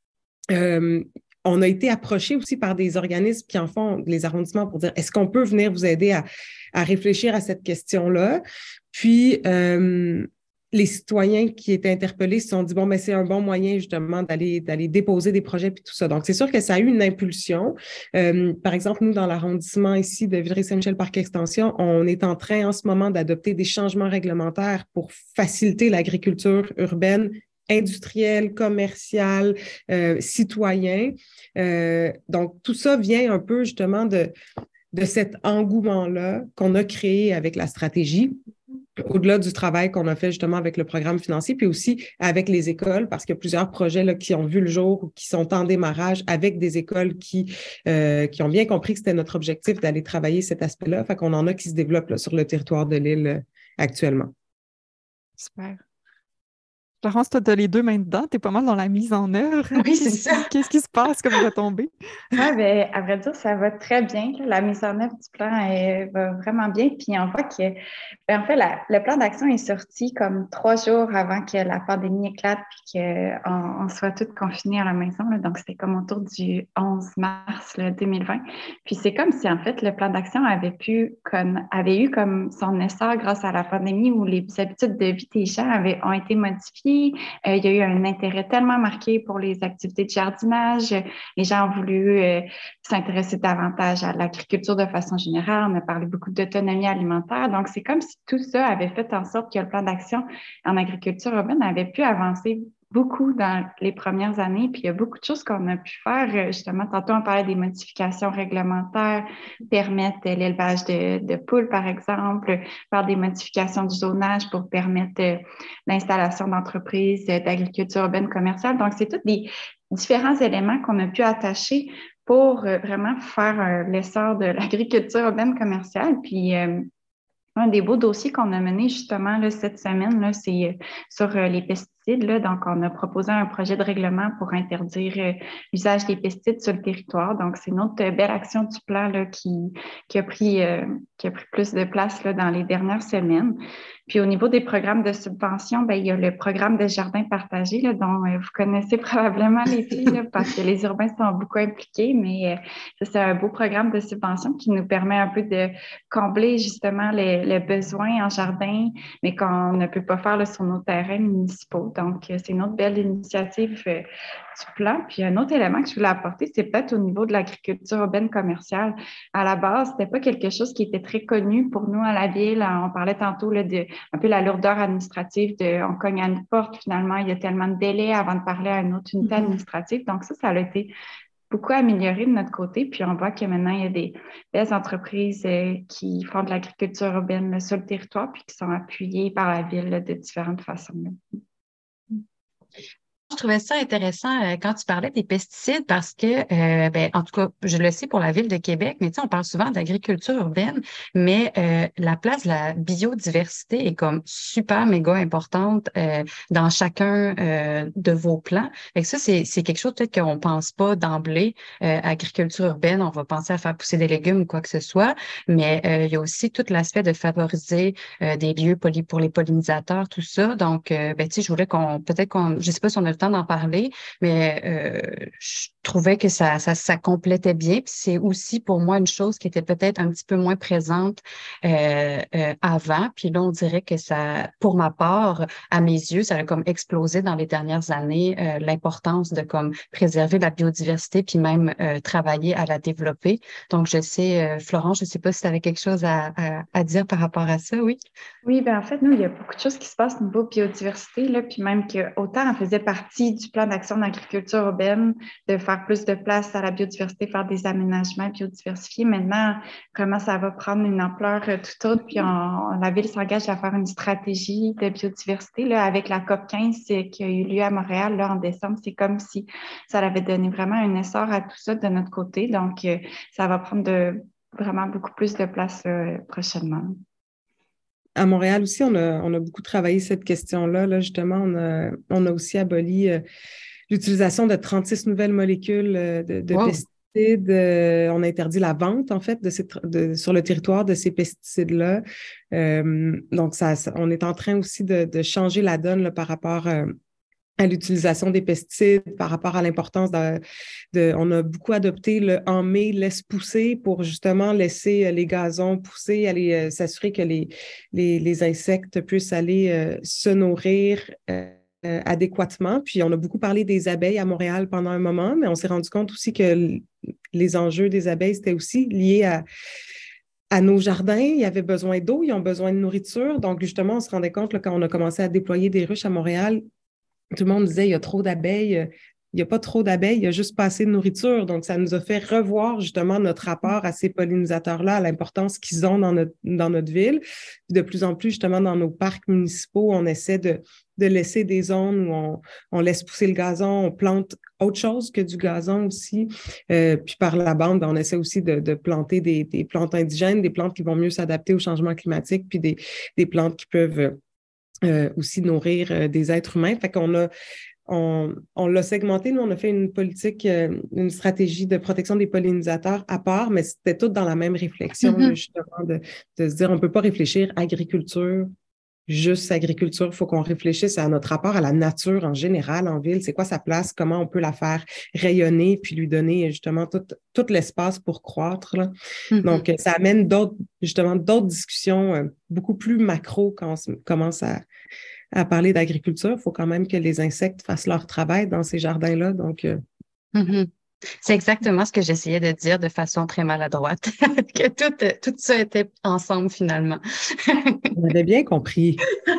Euh, On a été approchés aussi par des organismes qui en font, les arrondissements, pour dire est-ce qu'on peut venir vous aider à, à réfléchir à cette question-là? Puis, euh, les citoyens qui étaient interpellés se sont dit bon, ben c'est un bon moyen justement d'aller, d'aller déposer des projets puis tout ça. Donc, c'est sûr que ça a eu une impulsion. Euh, par exemple, nous, dans l'arrondissement ici de Villeray-Saint-Michel-Parc-Extension, on est en train en ce moment d'adopter des changements réglementaires pour faciliter l'agriculture urbaine industriel, commercial, euh, citoyen. Euh, donc, tout ça vient un peu justement de, de cet engouement-là qu'on a créé avec la stratégie, au-delà du travail qu'on a fait justement avec le programme financier, puis aussi avec les écoles, parce qu'il y a plusieurs projets là, qui ont vu le jour ou qui sont en démarrage avec des écoles qui, euh, qui ont bien compris que c'était notre objectif d'aller travailler cet aspect-là. Fait qu'on en a qui se développent là, sur le territoire de l'île euh, actuellement. Super. Florence, toi, tu as les deux mains dedans, tu es pas mal dans la mise en œuvre. Oui, c'est Qu'est-ce ça. qui, qu'est-ce qui se passe comme retombée? Oui, bien, à vrai dire, ça va très bien. Là. La mise en œuvre du plan elle, va vraiment bien. Puis on voit que, ben, en fait, la- le plan d'action est sorti comme trois jours avant que la pandémie éclate puis qu'on on soit tous confinés à la maison. Là. Donc, c'était comme autour du onze mars là, deux mille vingt. Puis c'est comme si, en fait, le plan d'action avait pu, comme, avait eu comme son essor grâce à la pandémie où les habitudes de vie des gens avaient, ont été modifiées. Euh, il y a eu un intérêt tellement marqué pour les activités de jardinage. Les gens ont voulu euh, s'intéresser davantage à l'agriculture de façon générale. On a parlé beaucoup d'autonomie alimentaire. Donc, c'est comme si tout ça avait fait en sorte que le plan d'action en agriculture urbaine avait pu avancer beaucoup dans les premières années. Puis, il y a beaucoup de choses qu'on a pu faire. Justement, tantôt, on parlait des modifications réglementaires, permettre l'élevage de, de poules, par exemple, faire des modifications du zonage pour permettre l'installation d'entreprises d'agriculture urbaine commerciale. Donc, c'est toutes des différents éléments qu'on a pu attacher pour euh, vraiment faire euh, l'essor de l'agriculture urbaine commerciale. Puis, euh, un des beaux dossiers qu'on a mené justement là, cette semaine, là, c'est euh, sur euh, les pesticides. Là. Donc, on a proposé un projet de règlement pour interdire euh, l'usage des pesticides sur le territoire. Donc, c'est une autre euh, belle action du plan là, qui, qui, a pris, euh, qui a pris plus de place là, dans les dernières semaines. Puis, au niveau des programmes de subvention, bien, il y a le programme de jardin partagé là, dont euh, vous connaissez probablement les filles là, parce que les urbains sont beaucoup impliqués, mais euh, ça, c'est un beau programme de subvention qui nous permet un peu de combler justement les, les besoins en jardin, mais qu'on ne peut pas faire là, sur nos terrains municipaux. Donc, c'est une autre belle initiative euh, du plan. Puis, un autre élément que je voulais apporter, c'est peut-être au niveau de l'agriculture urbaine commerciale. À la base, c'était pas quelque chose qui était très connu pour nous à la ville. On parlait tantôt là, de un peu la lourdeur administrative de on cogne à une porte, finalement, il y a tellement de délais avant de parler à une autre unité administrative. Donc, ça, ça a été beaucoup amélioré de notre côté. Puis on voit que maintenant, il y a des belles entreprises euh, qui font de l'agriculture urbaine là, sur le territoire puis qui sont appuyées par la ville là, de différentes façons. Là. Je trouvais ça intéressant euh, quand tu parlais des pesticides parce que, euh, ben, en tout cas, je le sais pour la ville de Québec, mais tu sais, on parle souvent d'agriculture urbaine, mais euh, la place de la biodiversité est comme super méga importante euh, dans chacun euh, de vos plans. Fait que ça, c'est, c'est quelque chose peut-être qu'on pense pas d'emblée. Euh, agriculture urbaine, on va penser à faire pousser des légumes ou quoi que ce soit, mais euh, il y a aussi tout l'aspect de favoriser euh, des lieux poly- pour les pollinisateurs, tout ça. Donc, euh, ben, tu sais, je voulais qu'on, peut-être qu'on, je sais pas si on a le temps d'en parler, mais euh, je trouvais que ça, ça, ça complétait bien. Puis c'est aussi pour moi une chose qui était peut-être un petit peu moins présente euh, euh, avant. Puis là, on dirait que ça, pour ma part, à mes yeux, ça a comme explosé dans les dernières années, euh, l'importance de comme préserver la biodiversité puis même euh, travailler à la développer. Donc, je sais, euh, Florence, je sais pas si tu avais quelque chose à, à, à dire par rapport à ça, oui? Oui, bien en fait, nous, il y a beaucoup de choses qui se passent au niveau biodiversité, là, puis même que autant on faisait partie du plan d'action d'agriculture urbaine, de faire plus de place à la biodiversité, faire des aménagements biodiversifiés. Maintenant, vraiment, ça va prendre une ampleur euh, tout autre, puis on, la Ville s'engage à faire une stratégie de biodiversité là, avec la COP quinze qui a eu lieu à Montréal là, en décembre. C'est comme si ça avait donné vraiment un essor à tout ça de notre côté. Donc, euh, ça va prendre de, vraiment beaucoup plus de place euh, prochainement. À Montréal aussi, on a, on a beaucoup travaillé cette question-là. Là, justement, on a, on a aussi aboli euh, l'utilisation de trente-six nouvelles molécules euh, de, de wow. pesticides. Euh, on a interdit la vente, en fait, de ces, de, sur le territoire de ces pesticides-là. Euh, donc, ça, ça, on est en train aussi de, de changer la donne là, par rapport euh, à l'utilisation des pesticides, par rapport à l'importance de, de... On a beaucoup adopté le « en mai, laisse pousser » pour justement laisser les gazons pousser, aller euh, s'assurer que les, les, les insectes puissent aller euh, se nourrir euh, euh, adéquatement. Puis on a beaucoup parlé des abeilles à Montréal pendant un moment, mais on s'est rendu compte aussi que les enjeux des abeilles, c'était aussi lié à à nos jardins, ils avaient besoin d'eau, ils ont besoin de nourriture. Donc, justement, on se rendait compte là, quand on a commencé à déployer des ruches à Montréal, tout le monde disait, il y a trop d'abeilles. Il n'y a pas trop d'abeilles, il y a juste pas assez de nourriture. Donc, ça nous a fait revoir justement notre rapport à ces pollinisateurs-là, à l'importance qu'ils ont dans notre, dans notre ville. Puis de plus en plus, justement, dans nos parcs municipaux, on essaie de, de laisser des zones où on, on laisse pousser le gazon, on plante autre chose que du gazon aussi. Euh, puis par la bande, ben, on essaie aussi de, de planter des, des plantes indigènes, des plantes qui vont mieux s'adapter au changement climatique, puis des, des plantes qui peuvent euh, aussi nourrir euh, des êtres humains. Fait qu'on a On, on l'a segmenté, nous, on a fait une politique, euh, une stratégie de protection des pollinisateurs à part, mais c'était tout dans la même réflexion, Mm-hmm. là, justement, de, de se dire, on ne peut pas réfléchir agriculture, juste agriculture. Il faut qu'on réfléchisse à notre rapport à la nature en général en ville. C'est quoi sa place? Comment on peut la faire rayonner puis lui donner justement tout, tout l'espace pour croître, là. Mm-hmm. Donc, ça amène d'autres, justement, d'autres discussions euh, beaucoup plus macro quand on se, commence à à parler d'agriculture, il faut quand même que les insectes fassent leur travail dans ces jardins-là. Donc, euh... mm-hmm. C'est exactement ce que j'essayais de dire de façon très maladroite, que tout, tout ça était ensemble finalement. On avait bien compris.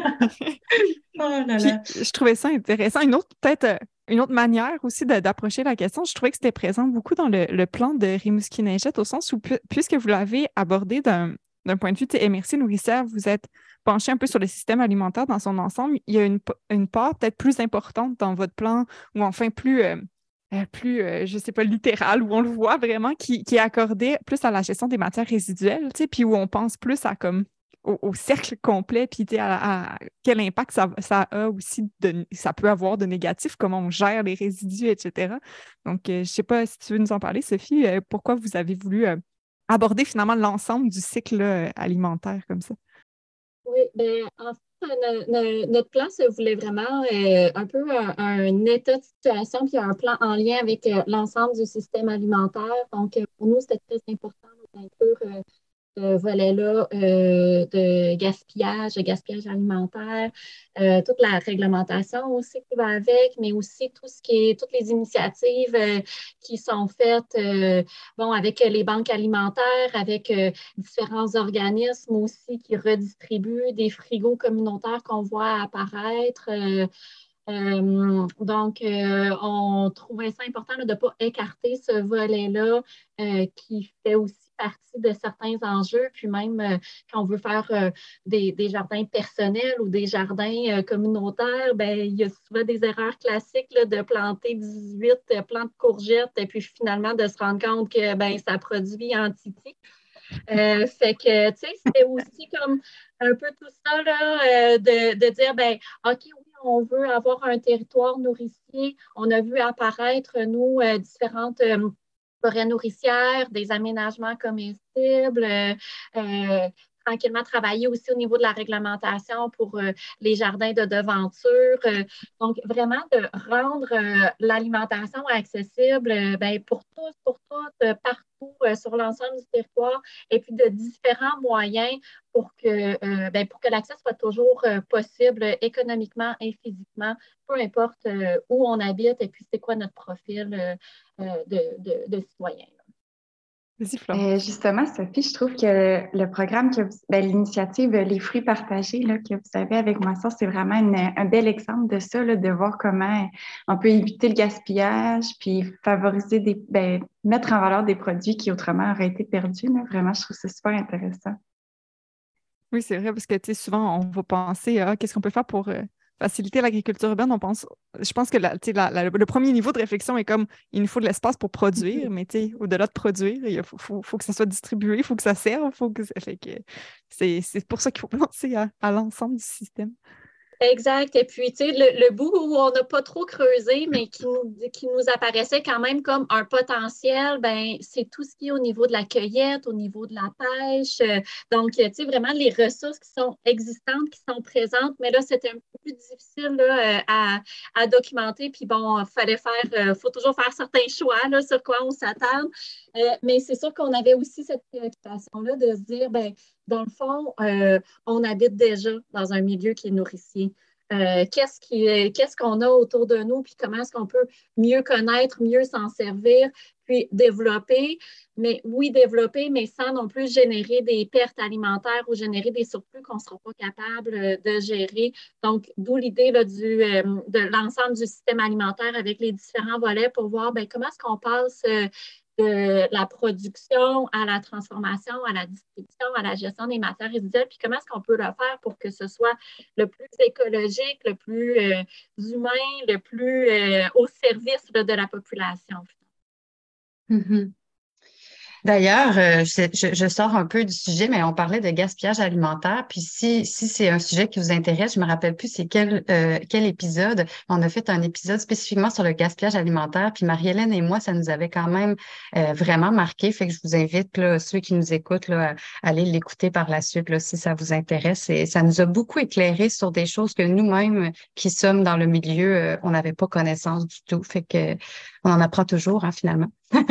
Oh là Puis, là. je trouvais ça intéressant. Une autre, peut-être, euh, une autre manière aussi de, d'approcher la question, je trouvais que c'était présent beaucoup dans le, le plan de Rimouski-Neigette, au sens où, pu, puisque vous l'avez abordé d'un, d'un point de vue M R C nourricière, vous êtes penché un peu sur le système alimentaire dans son ensemble. Il y a une, une part peut-être plus importante dans votre plan, ou enfin plus, euh, plus euh, je ne sais pas, littérale, où on le voit vraiment, qui, qui est accordée plus à la gestion des matières résiduelles, tu sais, puis où on pense plus à comme Au, au cercle complet, puis à, à quel impact ça, ça a aussi, de, ça peut avoir de négatif, comment on gère les résidus, et cetera. Donc, euh, je ne sais pas si tu veux nous en parler, Sophie, euh, pourquoi vous avez voulu euh, aborder finalement l'ensemble du cycle là, alimentaire comme ça? Oui, bien, en fait, no- no- notre plan se voulait vraiment euh, un peu un, un état de situation, puis un plan en lien avec euh, l'ensemble du système alimentaire. Donc, euh, pour nous, c'était très important d'inclure euh, ce volet-là euh, de gaspillage, de gaspillage alimentaire, euh, toute la réglementation aussi qui va avec, mais aussi tout ce qui est, toutes les initiatives euh, qui sont faites euh, bon, avec les banques alimentaires, avec euh, différents organismes aussi qui redistribuent des frigos communautaires qu'on voit apparaître. Euh, euh, donc, euh, on trouvait ça important là, de ne pas écarter ce volet-là euh, qui fait aussi partie de certains enjeux. Puis même euh, quand on veut faire euh, des, des jardins personnels ou des jardins euh, communautaires, ben, il y a souvent des erreurs classiques là, de planter dix-huit euh, plants de courgettes et puis finalement de se rendre compte que ben, ça produit en titi. Euh, fait que, tu sais, c'était aussi comme un peu tout ça, là, euh, de, de dire, ben, OK, oui, on veut avoir un territoire nourricier. On a vu apparaître, nous, euh, différentes euh, forêts nourricières, des aménagements comestibles, euh, euh, tranquillement travailler aussi au niveau de la réglementation pour euh, les jardins de devanture. Euh, donc, vraiment de rendre euh, l'alimentation accessible euh, ben, pour tous, pour toutes, euh, partout euh, sur l'ensemble du territoire, et puis de différents moyens pour que, euh, ben, pour que l'accès soit toujours euh, possible économiquement et physiquement, peu importe euh, où on habite et puis c'est quoi notre profil euh, euh, de, de, de citoyen. Vas-y, Florence. Euh, justement, Sophie, je trouve que le programme, que vous- ben, l'initiative Les fruits partagés là, que vous avez avec Moisson, c'est vraiment une- un bel exemple de ça, là, de voir comment on peut éviter le gaspillage, puis favoriser des, ben, mettre en valeur des produits qui autrement auraient été perdus, là. Vraiment, je trouve ça super intéressant. Oui, c'est vrai, parce que tu sais, souvent, on va penser à qu'est-ce qu'on peut faire pour euh, faciliter l'agriculture urbaine. On pense, je pense que la, tu sais, la- la- le premier niveau de réflexion est comme il nous faut de l'espace pour produire, mais tu sais, au-delà de produire, il faut, faut, faut que ça soit distribué, il faut que ça serve, faut que ça- fait que c'est, c'est pour ça qu'il faut penser à, à l'ensemble du système. Exact. Et puis, tu sais, le, le bout où on n'a pas trop creusé, mais qui nous, qui nous apparaissait quand même comme un potentiel, ben, c'est tout ce qui est au niveau de la cueillette, au niveau de la pêche. Euh, Donc, tu sais, vraiment les ressources qui sont existantes, qui sont présentes, mais là, c'était un peu plus difficile là, euh, à, à documenter. Puis bon, il fallait faire, euh, faut toujours faire certains choix là, sur quoi on s'attarde. Euh, mais c'est sûr qu'on avait aussi cette préoccupation-là de se dire, ben, dans le fond, euh, on habite déjà dans un milieu qui est nourricier. Euh, qu'est-ce qui, qu'est-ce qu'on a autour de nous, puis comment est-ce qu'on peut mieux connaître, mieux s'en servir, puis développer. Mais oui, développer, mais sans non plus générer des pertes alimentaires ou générer des surplus qu'on ne sera pas capable de gérer. Donc, d'où l'idée là, du, euh, de l'ensemble du système alimentaire avec les différents volets pour voir ben, comment est-ce qu'on passe euh, de la production à la transformation, à la distribution, à la gestion des matières résiduelles, puis comment est-ce qu'on peut le faire pour que ce soit le plus écologique, le plus euh, humain, le plus euh, au service là, de la population. Mm-hmm. D'ailleurs, euh, je, je- je sors un peu du sujet, mais on parlait de gaspillage alimentaire. Puis si, si c'est un sujet qui vous intéresse, je me rappelle plus c'est quel, euh, quel épisode. On a fait un épisode spécifiquement sur le gaspillage alimentaire. Puis Marie-Hélène et moi, ça nous avait quand même euh, vraiment marqué. Fait que je vous invite, là, ceux qui nous écoutent, là, à aller l'écouter par la suite, là, si ça vous intéresse. Et ça nous a beaucoup éclairé sur des choses que nous-mêmes, qui sommes dans le milieu, euh, on n'avait pas connaissance du tout. Fait que on en apprend toujours, hein, finalement.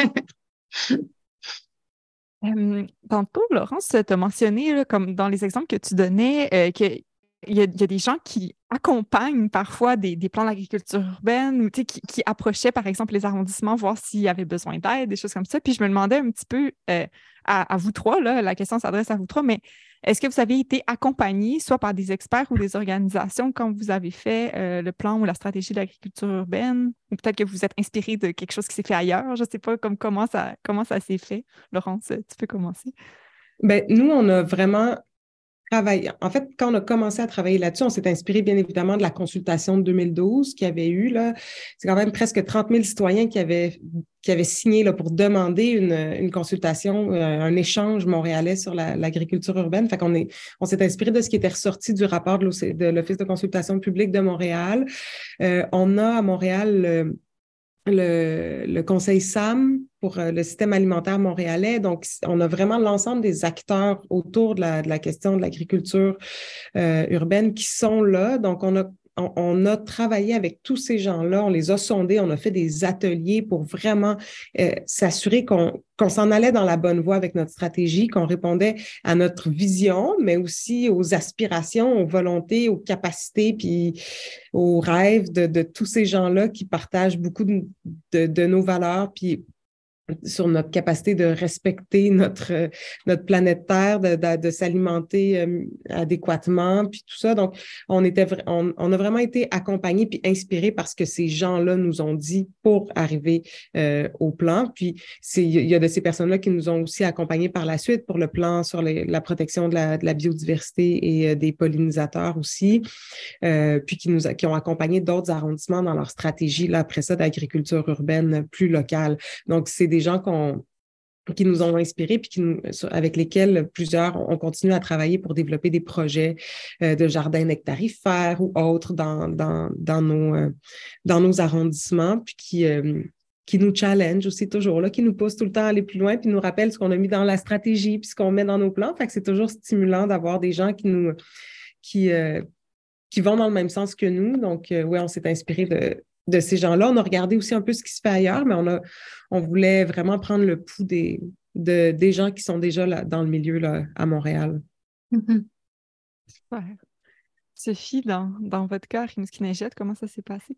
Euh, tantôt, Laurence, tu as mentionné, là, comme dans les exemples que tu donnais, euh, qu'il y a, il y a des gens qui accompagnent parfois des, des plans d'agriculture urbaine ou tu sais, qui, qui approchaient, par exemple, les arrondissements, voir s'il y avait besoin d'aide, des choses comme ça. Puis je me demandais un petit peu euh, à, à vous trois, là, la question s'adresse à vous trois, mais est-ce que vous avez été accompagnés soit par des experts ou des organisations quand vous avez fait euh, le plan ou la stratégie d'agriculture urbaine? Ou peut-être que vous êtes inspiré de quelque chose qui s'est fait ailleurs. Je ne sais pas comme, comment ça, comment ça s'est fait. Laurence, tu peux commencer. Ben, nous, on a vraiment travaillé. En fait, quand on a commencé à travailler là-dessus, on s'est inspiré bien évidemment de la consultation de deux mille douze qu'il y avait eu. Là. C'est quand même presque trente mille citoyens qui avaient, qui avaient signé là, pour demander une, une consultation, euh, un échange montréalais sur la, l'agriculture urbaine. Fait qu'on est, on s'est inspiré de ce qui était ressorti du rapport de, l'O C, de l'Office de consultation publique de Montréal. Euh, on a à Montréal euh, le, le conseil S A M pour euh, le système alimentaire montréalais. Donc, on a vraiment l'ensemble des acteurs autour de la, de la question de l'agriculture euh, urbaine qui sont là. Donc, on a On, on a travaillé avec tous ces gens-là, on les a sondés, on a fait des ateliers pour vraiment euh, s'assurer qu'on, qu'on s'en allait dans la bonne voie avec notre stratégie, qu'on répondait à notre vision, mais aussi aux aspirations, aux volontés, aux capacités, puis aux rêves de, de tous ces gens-là qui partagent beaucoup de, de, de nos valeurs, puis sur notre capacité de respecter notre, notre planète Terre, de, de, de s'alimenter euh, adéquatement, puis tout ça. Donc, on, était, on, on a vraiment été accompagnés puis inspirés par ce que ces gens-là nous ont dit pour arriver euh, au plan. Puis, c'est, il y a de ces personnes-là qui nous ont aussi accompagnés par la suite pour le plan sur les, la protection de la, de la biodiversité et euh, des pollinisateurs aussi, euh, puis qui, nous a, qui ont accompagné d'autres arrondissements dans leur stratégie, là, après ça, d'agriculture urbaine plus locale. Donc, c'est des gens qu'on, qui nous ont inspirés puis qui nous, avec lesquels plusieurs ont continué à travailler pour développer des projets euh, de jardins nectarifères ou autres dans, dans, dans, nos, euh, dans nos arrondissements, puis qui, euh, qui nous challenge aussi toujours, là, qui nous poussent tout le temps à aller plus loin, puis nous rappellent ce qu'on a mis dans la stratégie puis ce qu'on met dans nos plans. Fait que c'est toujours stimulant d'avoir des gens qui nous qui, euh, qui vont dans le même sens que nous. Donc, euh, oui, on s'est inspiré de de ces gens-là. On a regardé aussi un peu ce qui se fait ailleurs, mais on, a, on voulait vraiment prendre le pouls des, de, des gens qui sont déjà là, dans le milieu là, à Montréal. Mm-hmm. Super. Sophie, dans, dans votre cas, Rimouski-Neigette, comment ça s'est passé?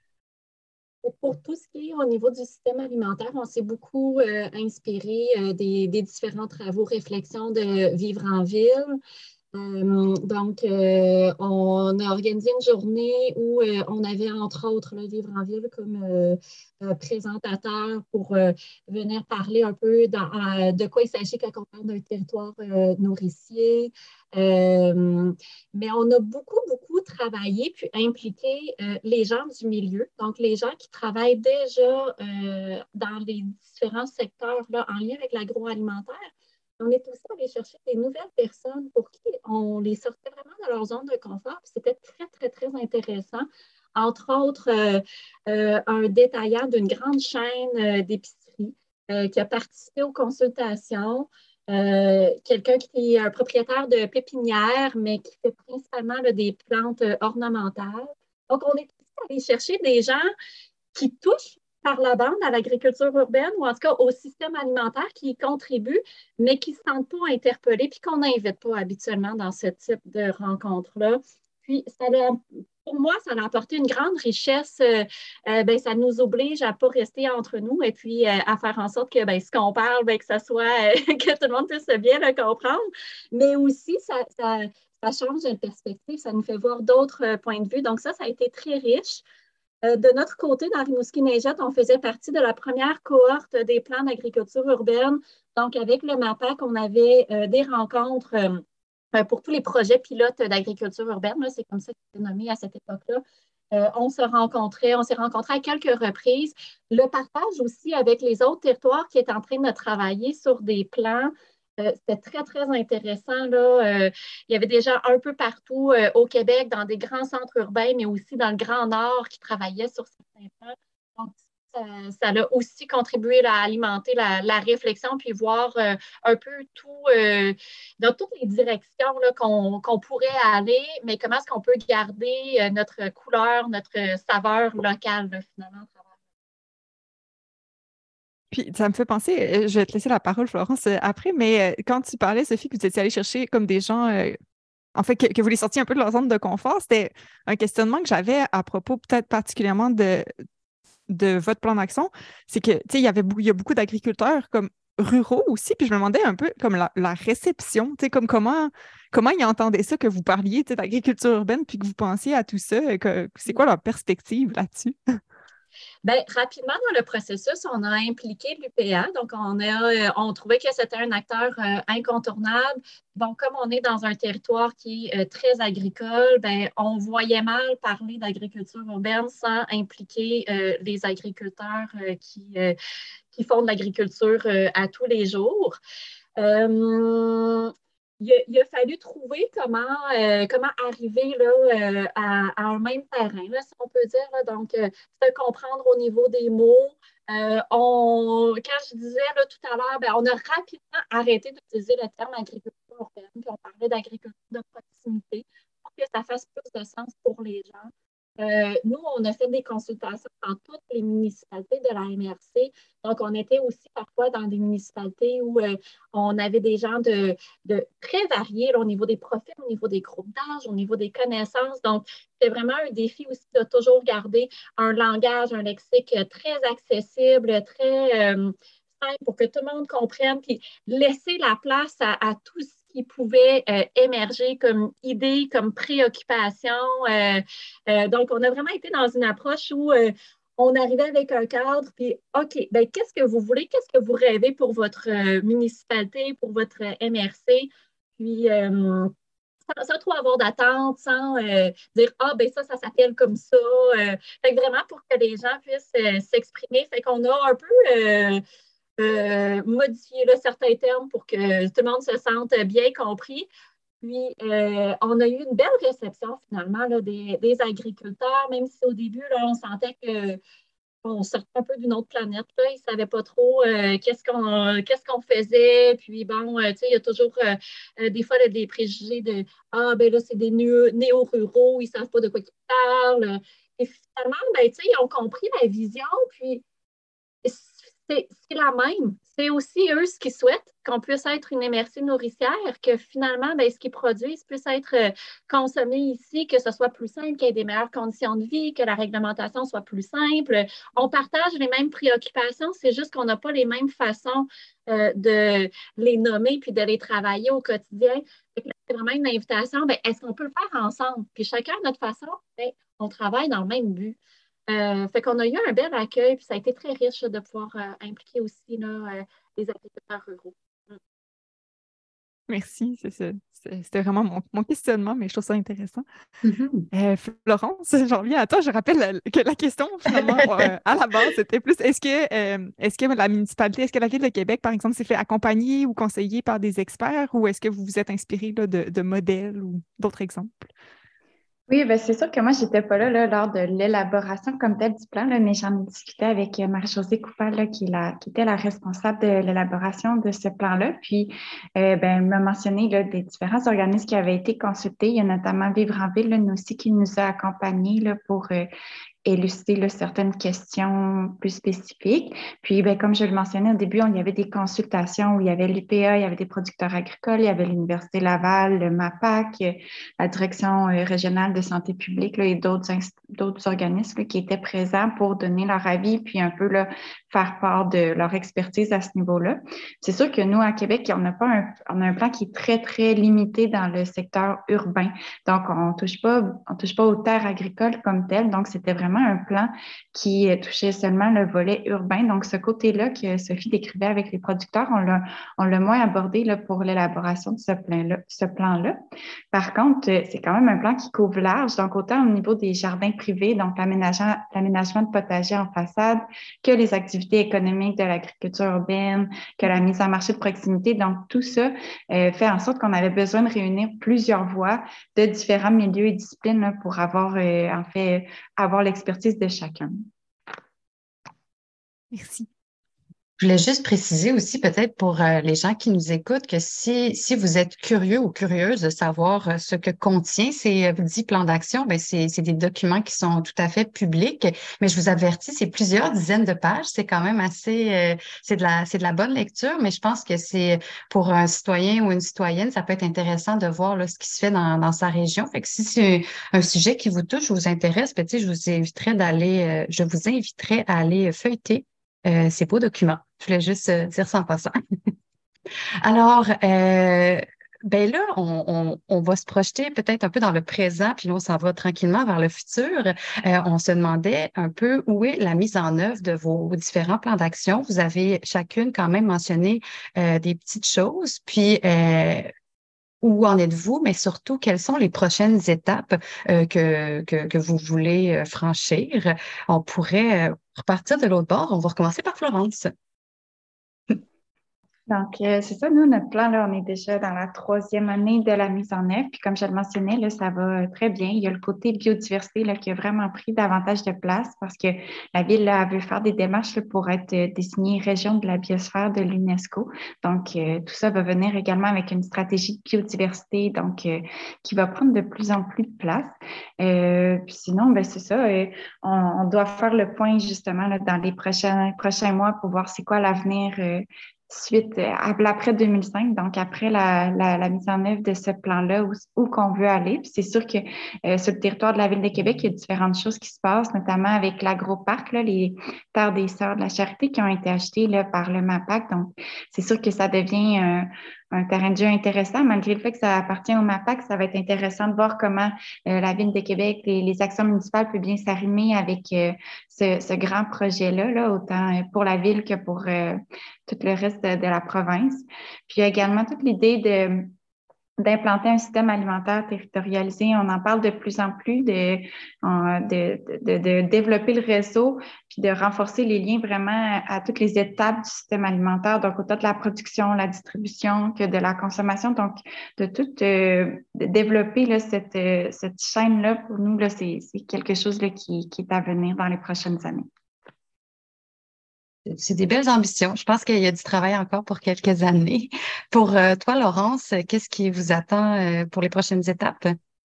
Pour tout ce qui est au niveau du système alimentaire, on s'est beaucoup euh, inspiré euh, des, des différents travaux, réflexions de Vivre en ville. Euh, donc, euh, on a organisé une journée où euh, on avait, entre autres, le Vivre en ville comme euh, euh, présentateur pour euh, venir parler un peu dans, euh, de quoi il s'agit quand on parle d'un territoire euh, nourricier. Euh, mais on a beaucoup, beaucoup travaillé puis impliqué euh, les gens du milieu, donc les gens qui travaillent déjà euh, dans les différents secteurs là, en lien avec l'agroalimentaire. On est aussi allé chercher des nouvelles personnes pour qui on les sortait vraiment de leur zone de confort. Puis c'était très, très, très intéressant. Entre autres, euh, euh, un détaillant d'une grande chaîne euh, d'épicerie euh, qui a participé aux consultations. Euh, quelqu'un qui est un propriétaire de pépinière, mais qui fait principalement là, des plantes euh, ornementales. Donc, on est aussi allé chercher des gens qui touchent par la bande à l'agriculture urbaine ou en tout cas au système alimentaire qui y contribue, mais qui ne se sentent pas interpellés puis qu'on n'invite pas habituellement dans ce type de rencontre-là. Puis, ça a, pour moi, ça a apporté une grande richesse. Euh, euh, ben, ça nous oblige à ne pas rester entre nous et puis euh, à faire en sorte que ben, ce qu'on parle, ben, que ça soit, euh, que tout le monde puisse bien le comprendre. Mais aussi, ça, ça, ça change de perspective, ça nous fait voir d'autres euh, points de vue. Donc, ça, ça a été très riche. Euh, de notre côté, dans Rimouski-Neigette, on faisait partie de la première cohorte des plans d'agriculture urbaine. Donc, avec le MAPAC, on avait euh, des rencontres euh, pour tous les projets pilotes d'agriculture urbaine. Là, c'est comme ça que c'était nommé à cette époque-là. Euh, on se rencontrait, on s'est rencontrés à quelques reprises. Le partage aussi avec les autres territoires qui étaient en train de travailler sur des plans, euh, c'était très, très intéressant, là. Euh, il y avait des gens un peu partout euh, au Québec, dans des grands centres urbains, mais aussi dans le Grand Nord qui travaillaient sur certains plans. Donc, ça, ça a aussi contribué là, à alimenter la, la réflexion, puis voir euh, un peu tout, euh, dans toutes les directions là, qu'on, qu'on pourrait aller, mais comment est-ce qu'on peut garder euh, notre couleur, notre saveur locale, là, finalement. Puis ça me fait penser, euh, je vais te laisser la parole, Florence, euh, après, mais euh, quand tu parlais, Sophie, que vous étiez allée chercher comme des gens, euh, en fait, que, que vous les sortiez un peu de leur zone de confort, c'était un questionnement que j'avais à propos peut-être particulièrement de, de votre plan d'action. C'est que, tu sais, il y avait il y a beaucoup d'agriculteurs comme ruraux aussi, puis je me demandais un peu comme la, la réception, tu sais, comme comment, comment ils entendaient ça, que vous parliez, tu sais, d'agriculture urbaine, puis que vous pensiez à tout ça, que, c'est quoi leur perspective là-dessus? Bien, rapidement dans le processus, on a impliqué l'U P A. Donc, on a, on trouvait que c'était un acteur euh, incontournable. Donc, comme on est dans un territoire qui est euh, très agricole, bien, on voyait mal parler d'agriculture urbaine sans impliquer euh, les agriculteurs euh, qui, euh, qui font de l'agriculture euh, à tous les jours. Euh, il, a, il a fallu trouver comment, euh, comment arriver là, euh, à, à un même terrain, là, si on peut dire. Là. Donc, euh, se comprendre au niveau des mots. Euh, on, quand je disais là, tout à l'heure, ben, on a rapidement arrêté d'utiliser le terme agriculture urbaine, puis on parlait d'agriculture de proximité pour que ça fasse plus de sens pour les gens. Euh, nous, on a fait des consultations dans toutes les municipalités de la M R C. Donc, on était aussi parfois dans des municipalités où euh, on avait des gens de, de très variés là, au niveau des profils, au niveau des groupes d'âge, au niveau des connaissances. Donc, c'est vraiment un défi aussi de toujours garder un langage, un lexique très accessible, très euh, simple pour que tout le monde comprenne, puis laisser la place à, à tout ce qui pouvait euh, émerger comme idée, comme préoccupation. Euh, euh, donc, on a vraiment été dans une approche où euh, on arrivait avec un cadre, puis OK, ben, qu'est-ce que vous voulez, qu'est-ce que vous rêvez pour votre euh, municipalité, pour votre euh, M R C? Puis, euh, sans, sans trop avoir d'attente, sans euh, dire « Ah, ben ça, ça s'appelle comme ça. Euh, » Fait que vraiment pour que les gens puissent euh, s'exprimer. Fait qu'on a un peu euh, euh, modifié là, certains termes pour que tout le monde se sente bien compris. Puis, euh, on a eu une belle réception finalement là, des, des agriculteurs, même si au début, là, on sentait que on sortait un peu d'une autre planète. Là. Ils ne savaient pas trop euh, qu'est-ce qu'on qu'est-ce qu'on faisait. Puis bon, euh, tu sais, il y a toujours euh, euh, des fois là, des préjugés de Ah, ben là, c'est des néo-ruraux, ils ne savent pas de quoi ils parlent. Et finalement, ben, tu sais, ils ont compris la vision, puis c'est, c'est la même. C'est aussi eux ce qu'ils souhaitent, qu'on puisse être une M R C nourricière, que finalement, ben, ce qu'ils produisent puisse être euh, consommé ici, que ce soit plus simple, qu'il y ait des meilleures conditions de vie, que la réglementation soit plus simple. On partage les mêmes préoccupations, c'est juste qu'on n'a pas les mêmes façons euh, de les nommer puis de les travailler au quotidien. C'est vraiment une invitation. Ben, est-ce qu'on peut le faire ensemble? Puis chacun à notre façon, ben, on travaille dans le même but. Euh, fait qu'on a eu un bel accueil, puis ça a été très riche de pouvoir euh, impliquer aussi là, euh, les agriculteurs ruraux. Mm. Merci, c'est ça. C'était vraiment mon, mon questionnement, mais je trouve ça intéressant. Mm-hmm. Euh, Florence, j'en reviens à toi. Je rappelle la, que la question, finalement, euh, à la base, c'était plus est-ce que, euh, est-ce que la municipalité, est-ce que la Ville de Québec, par exemple, s'est fait accompagner ou conseiller par des experts ou est-ce que vous vous êtes inspiré là, de, de modèles ou d'autres exemples? Oui, ben c'est sûr que moi, j'étais pas là, là lors de l'élaboration comme telle du plan, là, mais j'en ai discuté avec Marie-Josée Coupal, là, qui, est la, qui était la responsable de l'élaboration de ce plan-là. Puis, euh, ben, elle m'a mentionné là, des différents organismes qui avaient été consultés. Il y a notamment Vivre en Ville, là, nous aussi, qui nous a accompagnés là, pour euh, élucider là, certaines questions plus spécifiques. Puis, ben, comme je le mentionnais au début, on, il y avait des consultations où il y avait l'U P A, il y avait des producteurs agricoles, il y avait l'Université Laval, le MAPAC, la Direction régionale de santé publique là, et d'autres, d'autres organismes là, qui étaient présents pour donner leur avis puis un peu là, faire part de leur expertise à ce niveau-là. C'est sûr que nous, à Québec, on n'a pas un, on a un plan qui est très, très limité dans le secteur urbain. Donc, on ne touche pas, on touche pas aux terres agricoles comme telles. Donc, c'était vraiment vraiment un plan qui touchait seulement le volet urbain. Donc, ce côté-là que Sophie décrivait avec les producteurs, on l'a, on l'a moins abordé là, pour l'élaboration de ce plan-là, ce plan-là. Par contre, c'est quand même un plan qui couvre large, donc autant au niveau des jardins privés, donc l'aménagement, l'aménagement de potagers en façade, que les activités économiques de l'agriculture urbaine, que la mise en marché de proximité. Donc, tout ça euh, fait en sorte qu'on avait besoin de réunir plusieurs voix de différents milieux et disciplines là, pour avoir, euh, en fait, avoir l'expertise de chacun. Merci. Je voulais juste préciser aussi, peut-être pour euh, les gens qui nous écoutent, que si, si vous êtes curieux ou curieuse de savoir euh, ce que contient ces euh, dix plans d'action, ben c'est, c'est des documents qui sont tout à fait publics. Mais je vous avertis, c'est plusieurs dizaines de pages. C'est quand même assez, euh, c'est de la, c'est de la bonne lecture, mais je pense que c'est pour un citoyen ou une citoyenne, ça peut être intéressant de voir là, ce qui se fait dans, dans sa région. Fait que si c'est un, un sujet qui vous touche, vous intéresse, ben, tu sais, je vous inviterais d'aller, euh, je vous inviterais à aller feuilleter Euh, ces beaux documents. Je voulais juste euh, dire ça en passant. Alors, euh, ben là, on, on, on va se projeter peut-être un peu dans le présent, puis là, on s'en va tranquillement vers le futur. Euh, on se demandait un peu où est la mise en œuvre de vos différents plans d'action. Vous avez chacune quand même mentionné euh, des petites choses, puis euh, où en êtes-vous, mais surtout, quelles sont les prochaines étapes euh, que, que, que vous voulez euh, franchir? On pourrait euh, repartir de l'autre bord. On va recommencer par Florence. Donc, euh, c'est ça, nous, notre plan, là, on est déjà dans la troisième année de la mise en œuvre. Puis, comme je le mentionnais, là, ça va très bien. Il y a le côté biodiversité là, qui a vraiment pris davantage de place parce que la ville là, elle veut faire des démarches là, pour être euh, désignée région de la biosphère de l'UNESCO. Donc, euh, tout ça va venir également avec une stratégie de biodiversité donc euh, qui va prendre de plus en plus de place. Euh, puis sinon, ben, c'est ça, euh, on, on doit faire le point justement là, dans les prochains, prochains mois pour voir c'est quoi l'avenir euh, suite à l'après deux mille cinq, donc après la, la, la mise en œuvre de ce plan-là, où, où qu'on veut aller. Puis c'est sûr que euh, sur le territoire de la Ville de Québec, il y a différentes choses qui se passent, notamment avec l'agro-parc, là, les terres des Sœurs de la Charité qui ont été achetées là, par le MAPAC. Donc, c'est sûr que ça devient un, un terrain de jeu intéressant. Malgré le fait que ça appartient au MAPAC, ça va être intéressant de voir comment euh, la Ville de Québec, les, les actions municipales peuvent bien s'arrimer avec euh, ce, ce grand projet-là, là, autant pour la Ville que pour euh, tout le reste de, de la province. Puis il y a également toute l'idée de d'implanter un système alimentaire territorialisé. On en parle de plus en plus, de, de, de, de développer le réseau, puis de renforcer les liens vraiment à toutes les étapes du système alimentaire, donc autant de la production, la distribution que de la consommation. Donc, de tout euh, de développer là, cette, euh, cette chaîne-là, pour nous, là, c'est, c'est quelque chose là, qui, qui est à venir dans les prochaines années. C'est des belles ambitions. Je pense qu'il y a du travail encore pour quelques années. Pour euh, toi, Laurence, qu'est-ce qui vous attend euh, pour les prochaines étapes?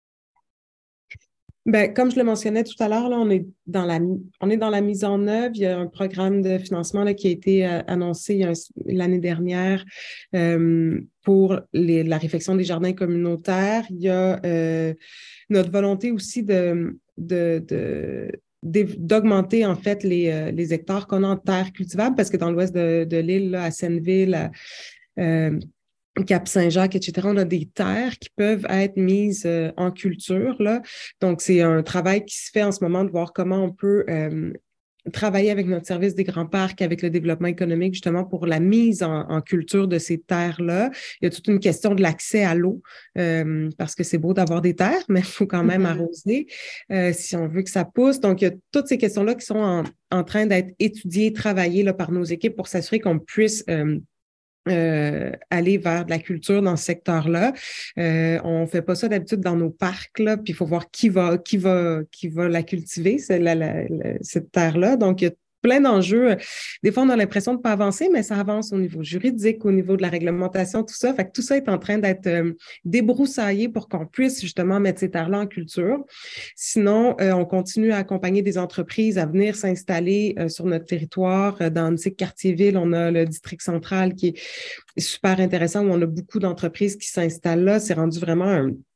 Ben, comme je le mentionnais tout à l'heure, là, on est dans la, on est dans la mise en œuvre. Il y a un programme de financement là, qui a été euh, annoncé il y a un, l'année dernière euh, pour les, la réfection des jardins communautaires. Il y a euh, notre volonté aussi de, de, de d'augmenter en fait les, euh, les hectares qu'on a en terre cultivable parce que dans l'ouest de, de l'île, là, à Senneville, à euh, Cap-Saint-Jacques, et cetera, on a des terres qui peuvent être mises euh, en culture, là. Donc, c'est un travail qui se fait en ce moment de voir comment on peut euh, travailler avec notre service des grands parcs, avec le développement économique, justement, pour la mise en, en culture de ces terres-là. Il y a toute une question de l'accès à l'eau, euh, parce que c'est beau d'avoir des terres, mais il faut quand même mm-hmm. arroser euh, si on veut que ça pousse. Donc, il y a toutes ces questions-là qui sont en, en train d'être étudiées, travaillées là, par nos équipes pour s'assurer qu'on puisse euh, Euh, aller vers de la culture dans ce secteur-là. Euh, on fait pas ça d'habitude dans nos parcs, là, puis il faut voir qui va, qui va, qui va la cultiver, c'est la, la, la, cette terre-là. Donc, il y a plein d'enjeux. Des fois, on a l'impression de ne pas avancer, mais ça avance au niveau juridique, au niveau de la réglementation, tout ça. Fait que tout ça est en train d'être euh, débroussaillé pour qu'on puisse justement mettre ces terres-là en culture. Sinon, euh, on continue à accompagner des entreprises à venir s'installer euh, sur notre territoire. Dans Annecy-Cartierville, on a le district central qui est super intéressant, où on a beaucoup d'entreprises qui s'installent là. C'est rendu vraiment un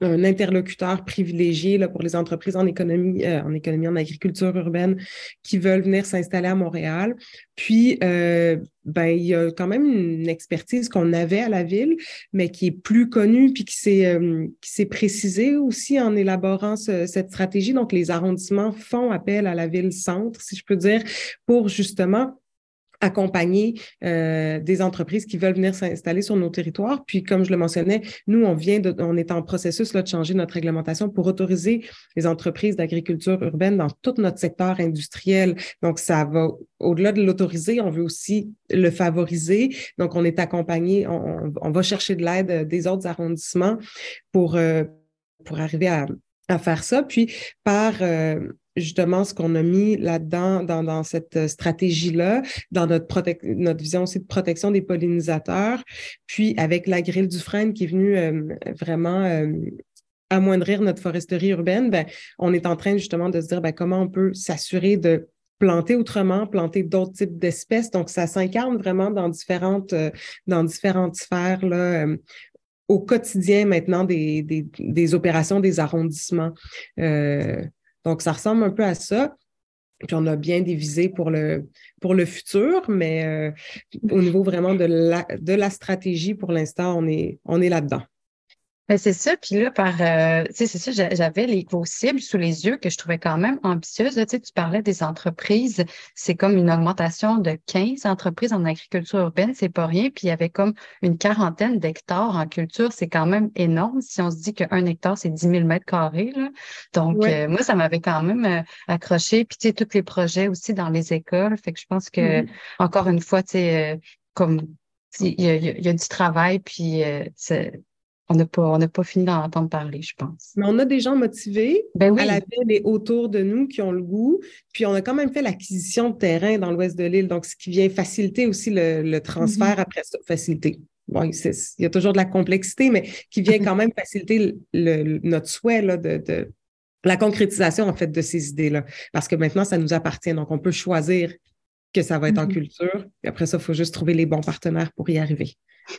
un interlocuteur privilégié là, pour les entreprises en économie, euh, en économie, en agriculture urbaine qui veulent venir s'installer à Montréal. Puis, euh, ben, il y a quand même une expertise qu'on avait à la ville, mais qui est plus connue puis qui s'est, euh, qui s'est précisée aussi en élaborant ce, cette stratégie. Donc, les arrondissements font appel à la ville-centre, si je peux dire, pour justement accompagner euh, des entreprises qui veulent venir s'installer sur nos territoires. Puis, comme je le mentionnais, nous, on vient de, on est en processus là, de changer notre réglementation pour autoriser les entreprises d'agriculture urbaine dans tout notre secteur industriel. Donc, ça va, au-delà de l'autoriser, on veut aussi le favoriser. Donc, on est accompagné, on, on va chercher de l'aide des autres arrondissements pour, euh, pour arriver à, à faire ça. Puis, par... Euh, justement, ce qu'on a mis là-dedans, dans, dans cette stratégie-là, dans notre, protec- notre vision aussi de protection des pollinisateurs, puis avec la grille du frêne qui est venue euh, vraiment euh, amoindrir notre foresterie urbaine, ben, on est en train justement de se dire ben, comment on peut s'assurer de planter autrement, planter d'autres types d'espèces. Donc, ça s'incarne vraiment dans différentes, euh, dans différentes sphères, là, euh, au quotidien maintenant des, des, des opérations des arrondissements. Euh, Donc, ça ressemble un peu à ça. Puis, on a bien des visées pour le, pour le futur, mais euh, au niveau vraiment de la, de la stratégie, pour l'instant, on est, on est là-dedans. Ben, c'est ça. Puis là, par, euh, tu sais, c'est ça, j'a- j'avais les, vos cibles sous les yeux que je trouvais quand même ambitieuses. Là, tu sais, tu parlais des entreprises. C'est comme une augmentation de quinze entreprises en agriculture urbaine. C'est pas rien. Puis il y avait comme une quarantaine d'hectares en culture. C'est quand même énorme si on se dit qu'un hectare, c'est dix mille mètres carrés, là. Donc, Ouais. euh, moi, ça m'avait quand même euh, accroché. Puis, tu sais, tous les projets aussi dans les écoles. Fait que je pense que, Mhm. encore une fois, tu sais, euh, comme il y a, il y a- il y a du travail, puis euh, c'est- on n'a pas, on n'a pas fini d'en entendre parler, je pense. Mais on a des gens motivés Ben à la oui. ville et autour de nous qui ont le goût. Puis, on a quand même fait l'acquisition de terrain dans l'ouest de l'île, donc ce qui vient faciliter aussi le, le transfert Mhm. après ça. Faciliter. Bon, c'est- il y a toujours de la complexité, mais qui vient quand même faciliter le, le- notre souhait là, de, de la concrétisation, en fait, de ces idées-là. Parce que maintenant, ça nous appartient. Donc, on peut choisir que ça va être en Mhm. culture. Puis après ça, il faut juste trouver les bons partenaires pour y arriver.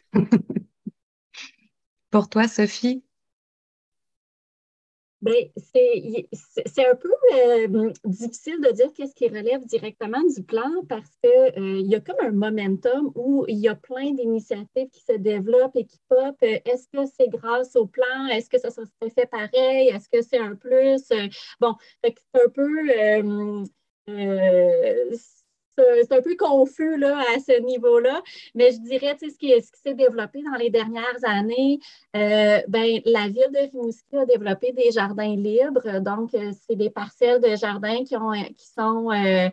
Pour toi, Sophie? Ben, c'est y- c'est c'est un peu euh, difficile de dire qu'est-ce qui relève directement du plan parce que euh, il y a comme un momentum où il y a plein d'initiatives qui se développent et qui pop. Euh, Est-ce que c'est grâce au plan? Est-ce que ça se serait fait pareil? Est-ce que c'est un plus? Euh, bon, fait que c'est un peu euh, euh, c'est c'est un peu confus là, à ce niveau-là, mais je dirais, tu sais, ce qui, ce qui s'est développé dans les dernières années, euh, ben, la ville de Rimouski a développé des jardins libres. Donc, euh, c'est des parcelles de jardins qui, ont, qui sont euh,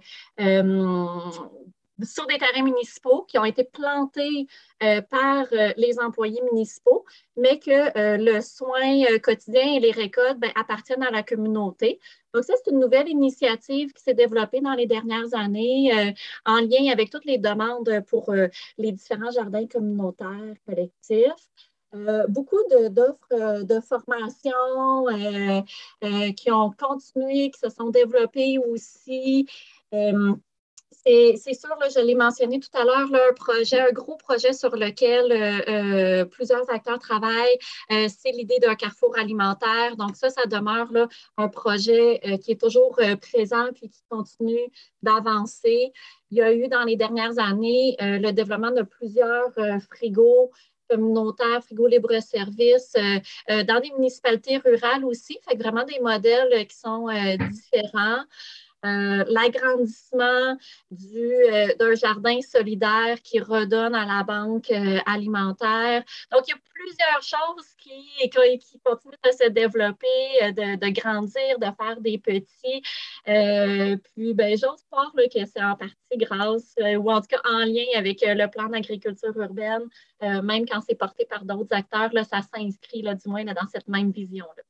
euh, sur des terrains municipaux, qui ont été plantés euh, par euh, les employés municipaux, mais que euh, le soin euh, quotidien et les récoltes ben, appartiennent à la communauté. Donc, ça, c'est une nouvelle initiative qui s'est développée dans les dernières années euh, en lien avec toutes les demandes pour euh, les différents jardins communautaires collectifs. Euh, beaucoup de, d'offres euh, de formation euh, euh, qui ont continué, qui se sont développées aussi. Euh, c'est, c'est sûr, là, je l'ai mentionné tout à l'heure, là, un projet, un gros projet sur lequel euh, euh, plusieurs acteurs travaillent, euh, c'est l'idée d'un carrefour alimentaire. Donc ça, ça demeure là, un projet euh, qui est toujours euh, présent puis qui continue d'avancer. Il y a eu dans les dernières années euh, le développement de plusieurs euh, frigos communautaires, frigos libre-service, euh, euh, dans des municipalités rurales aussi. Fait que vraiment des modèles qui sont euh, différents. Euh, l'agrandissement du, euh, d'un jardin solidaire qui redonne à la banque euh, alimentaire. Donc, il y a plusieurs choses qui, qui, qui continuent de se développer, euh, de, de grandir, de faire des petits. Euh, puis, ben, j'ose croire là, que c'est en partie grâce, euh, ou en tout cas en lien avec euh, le plan d'agriculture urbaine, euh, même quand c'est porté par d'autres acteurs, là, ça s'inscrit là, du moins là, dans cette même vision-là.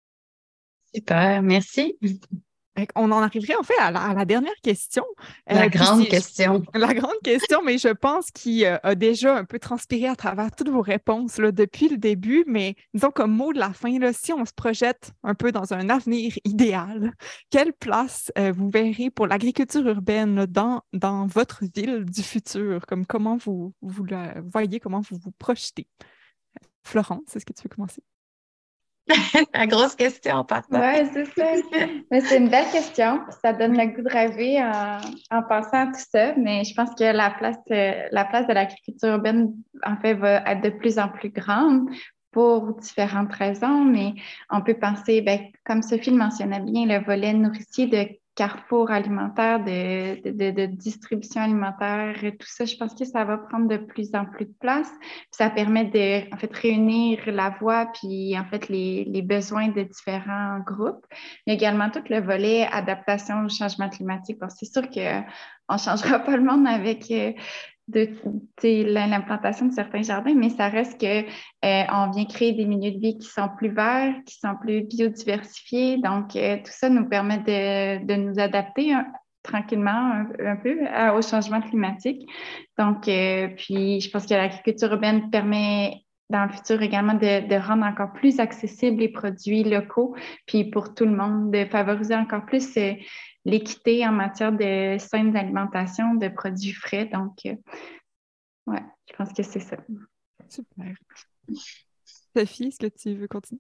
Super, merci. On en arriverait en fait à la, à la dernière question. La Euh, puis grande si- question. La grande question, mais je pense qu'il euh, a déjà un peu transpiré à travers toutes vos réponses là, depuis le début. Mais disons comme mot de la fin, là, si on se projette un peu dans un avenir idéal, quelle place euh, vous verrez pour l'agriculture urbaine là, dans, dans votre ville du futur? Comme comment vous, vous la voyez, comment vous vous projetez? Florence, est-ce que tu veux commencer? La grosse question en passant. Oui, c'est ça. Mais c'est une belle question. Ça donne le goût de rêver en, en pensant à tout ça. Mais je pense que la place, euh, la place de l'agriculture urbaine, en fait, va être de plus en plus grande pour différentes raisons. Mais on peut penser, ben, comme Sophie le mentionnait bien, le volet nourricier de carrefour alimentaire, de, de, de, de distribution alimentaire, tout ça, je pense que ça va prendre de plus en plus de place. Puis ça permet de, en fait, réunir la voix puis, en fait, les, les besoins de différents groupes. Il y a également tout le volet adaptation au changement climatique. Bon, c'est sûr qu'on ne changera pas le monde avec euh, de, l'implantation de certains jardins, mais ça reste que euh, on vient créer des milieux de vie qui sont plus verts, qui sont plus biodiversifiés. Donc, euh, tout ça nous permet de, de nous adapter hein, tranquillement un, un peu à, au changement climatique. Donc, euh, puis je pense que l'agriculture urbaine permet dans le futur également de, de rendre encore plus accessibles les produits locaux, puis pour tout le monde, de favoriser encore plus euh, l'équité en matière de saine alimentation, de produits frais. Donc, euh, ouais, je pense que c'est ça. Super. Sophie, est-ce que tu veux continuer?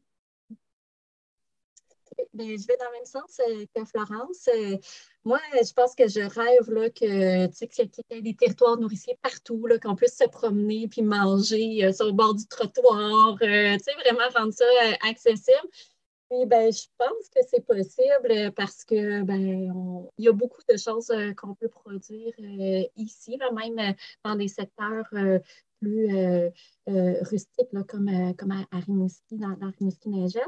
Bien, je vais dans le même sens euh, que Florence. Euh, moi, je pense que je rêve là, que, tu sais, qu'il y ait des territoires nourriciers partout, là, qu'on puisse se promener puis manger euh, sur le bord du trottoir, euh, tu sais, vraiment rendre ça euh, accessible. Puis, ben, je pense que c'est possible parce que, ben, on- il y a beaucoup de choses euh, qu'on peut produire euh, ici, là, même euh, dans des secteurs euh, plus euh, euh, rustiques, là, comme, euh, comme à, à Rimouski, dans, dans Rimouski-Neigette.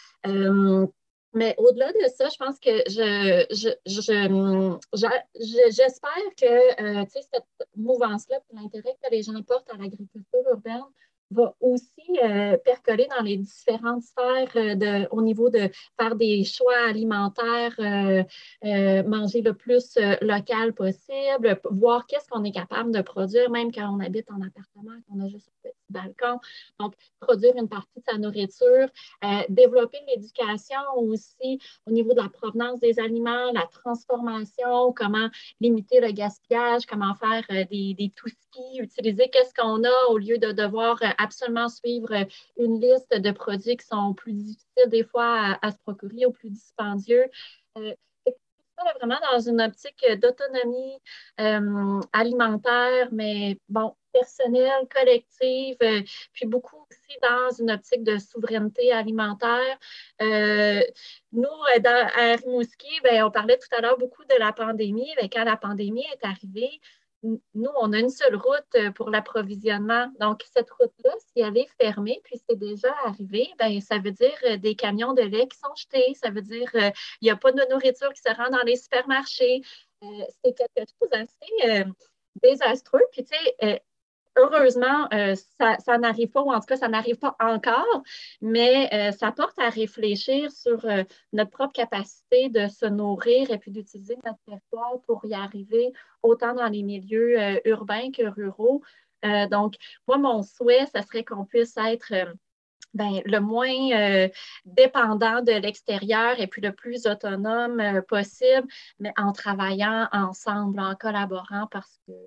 Euh, mais au-delà de ça, je pense que je, je, je, je- je- j'espère que euh, tu sais, cette mouvance-là, puis l'intérêt que les gens portent à l'agriculture urbaine, va aussi euh, percoler dans les différentes sphères euh, de, au niveau de faire des choix alimentaires, euh, euh, manger le plus euh, local possible, p- voir qu'est-ce qu'on est capable de produire, même quand on habite en appartement, qu'on a juste un petit balcon. Donc, produire une partie de sa nourriture, euh, développer l'éducation aussi au niveau de la provenance des aliments, la transformation, comment limiter le gaspillage, comment faire euh, des, des tout-skis, utiliser qu'est-ce qu'on a au lieu de devoir euh, absolument suivre euh, une liste de produits qui sont plus difficiles des fois à, à se procurer ou plus dispendieux. Euh, Là, vraiment dans une optique d'autonomie euh, alimentaire, mais bon, personnelle, collective, euh, puis beaucoup aussi dans une optique de souveraineté alimentaire. Euh, nous, euh, dans, à Rimouski, ben, on parlait tout à l'heure beaucoup de la pandémie. Ben, quand la pandémie est arrivée, nous, on a une seule route pour l'approvisionnement. Donc, cette route-là, si elle est fermée, puis c'est déjà arrivé, ben, ça veut dire euh, des camions de lait qui sont jetés. Ça veut dire euh, il n'y a pas de nourriture qui se rend dans les supermarchés. Euh, c'est quelque chose d'assez euh, désastreux. Puis, tu sais, euh, heureusement, euh, ça, ça n'arrive pas, ou en tout cas, ça n'arrive pas encore, mais euh, ça porte à réfléchir sur euh, notre propre capacité de se nourrir et puis d'utiliser notre territoire pour y arriver, autant dans les milieux euh, urbains que ruraux. Euh, donc, moi, mon souhait, ce serait qu'on puisse être euh, ben, le moins euh, dépendant de l'extérieur et puis le plus autonome euh, possible, mais en travaillant ensemble, en collaborant parce que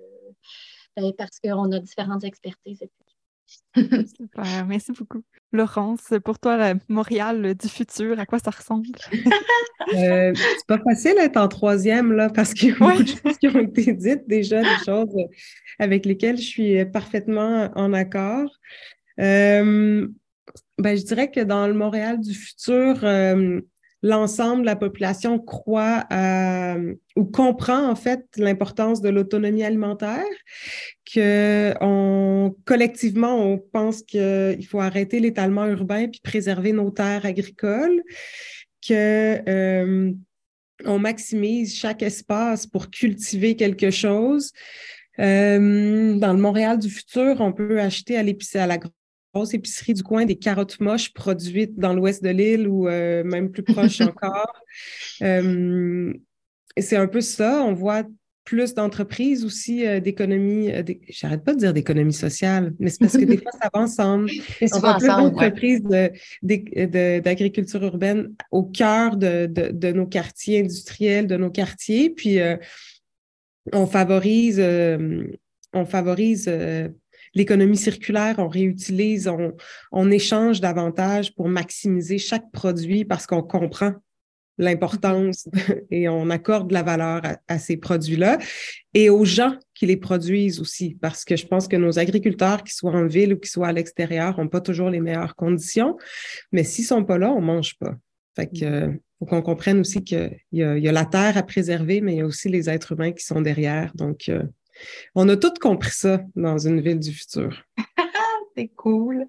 ben, parce qu'on a différentes expertises. Super, merci beaucoup. Laurence, pour toi, la Montréal du futur, à quoi ça ressemble? Euh, c'est pas facile d'être en troisième, là, parce qu'il y a Ouais. beaucoup de choses qui ont été dites déjà, des choses avec lesquelles je suis parfaitement en accord. Euh, ben, je dirais que dans le Montréal du futur, euh, l'ensemble de la population croit à, ou comprend en fait l'importance de l'autonomie alimentaire, que on, collectivement, on pense qu'il faut arrêter l'étalement urbain puis préserver nos terres agricoles, que euh, on maximise chaque espace pour cultiver quelque chose. Euh, dans le Montréal du futur, on peut acheter à l'épicerie, à la grosse épicerie du coin des carottes moches produites dans l'ouest de l'île ou euh, même plus proche encore. Euh, et c'est un peu ça. On voit plus d'entreprises aussi, euh, d'économie, euh, j'arrête pas de dire d'économie sociale, mais c'est parce que des fois, ça va ensemble. C'est On souvent voit plus ensemble, ouais. d'entreprises de, de, de, d'agriculture urbaine au cœur de, de, de nos quartiers industriels, de nos quartiers. Puis, euh, on favorise, euh, on favorise euh, l'économie circulaire, on réutilise, on, on échange davantage pour maximiser chaque produit parce qu'on comprend l'importance et on accorde la valeur à, à ces produits-là et aux gens qui les produisent aussi, parce que je pense que nos agriculteurs, qu'ils soient en ville ou qu'ils soient à l'extérieur, n'ont pas toujours les meilleures conditions, mais s'ils ne sont pas là, on ne mange pas. Fait que, euh, faut qu'on comprenne aussi qu'il y a, il y a la terre à préserver, mais il y a aussi les êtres humains qui sont derrière. Donc, euh, on a tous compris ça dans une ville du futur. C'est cool.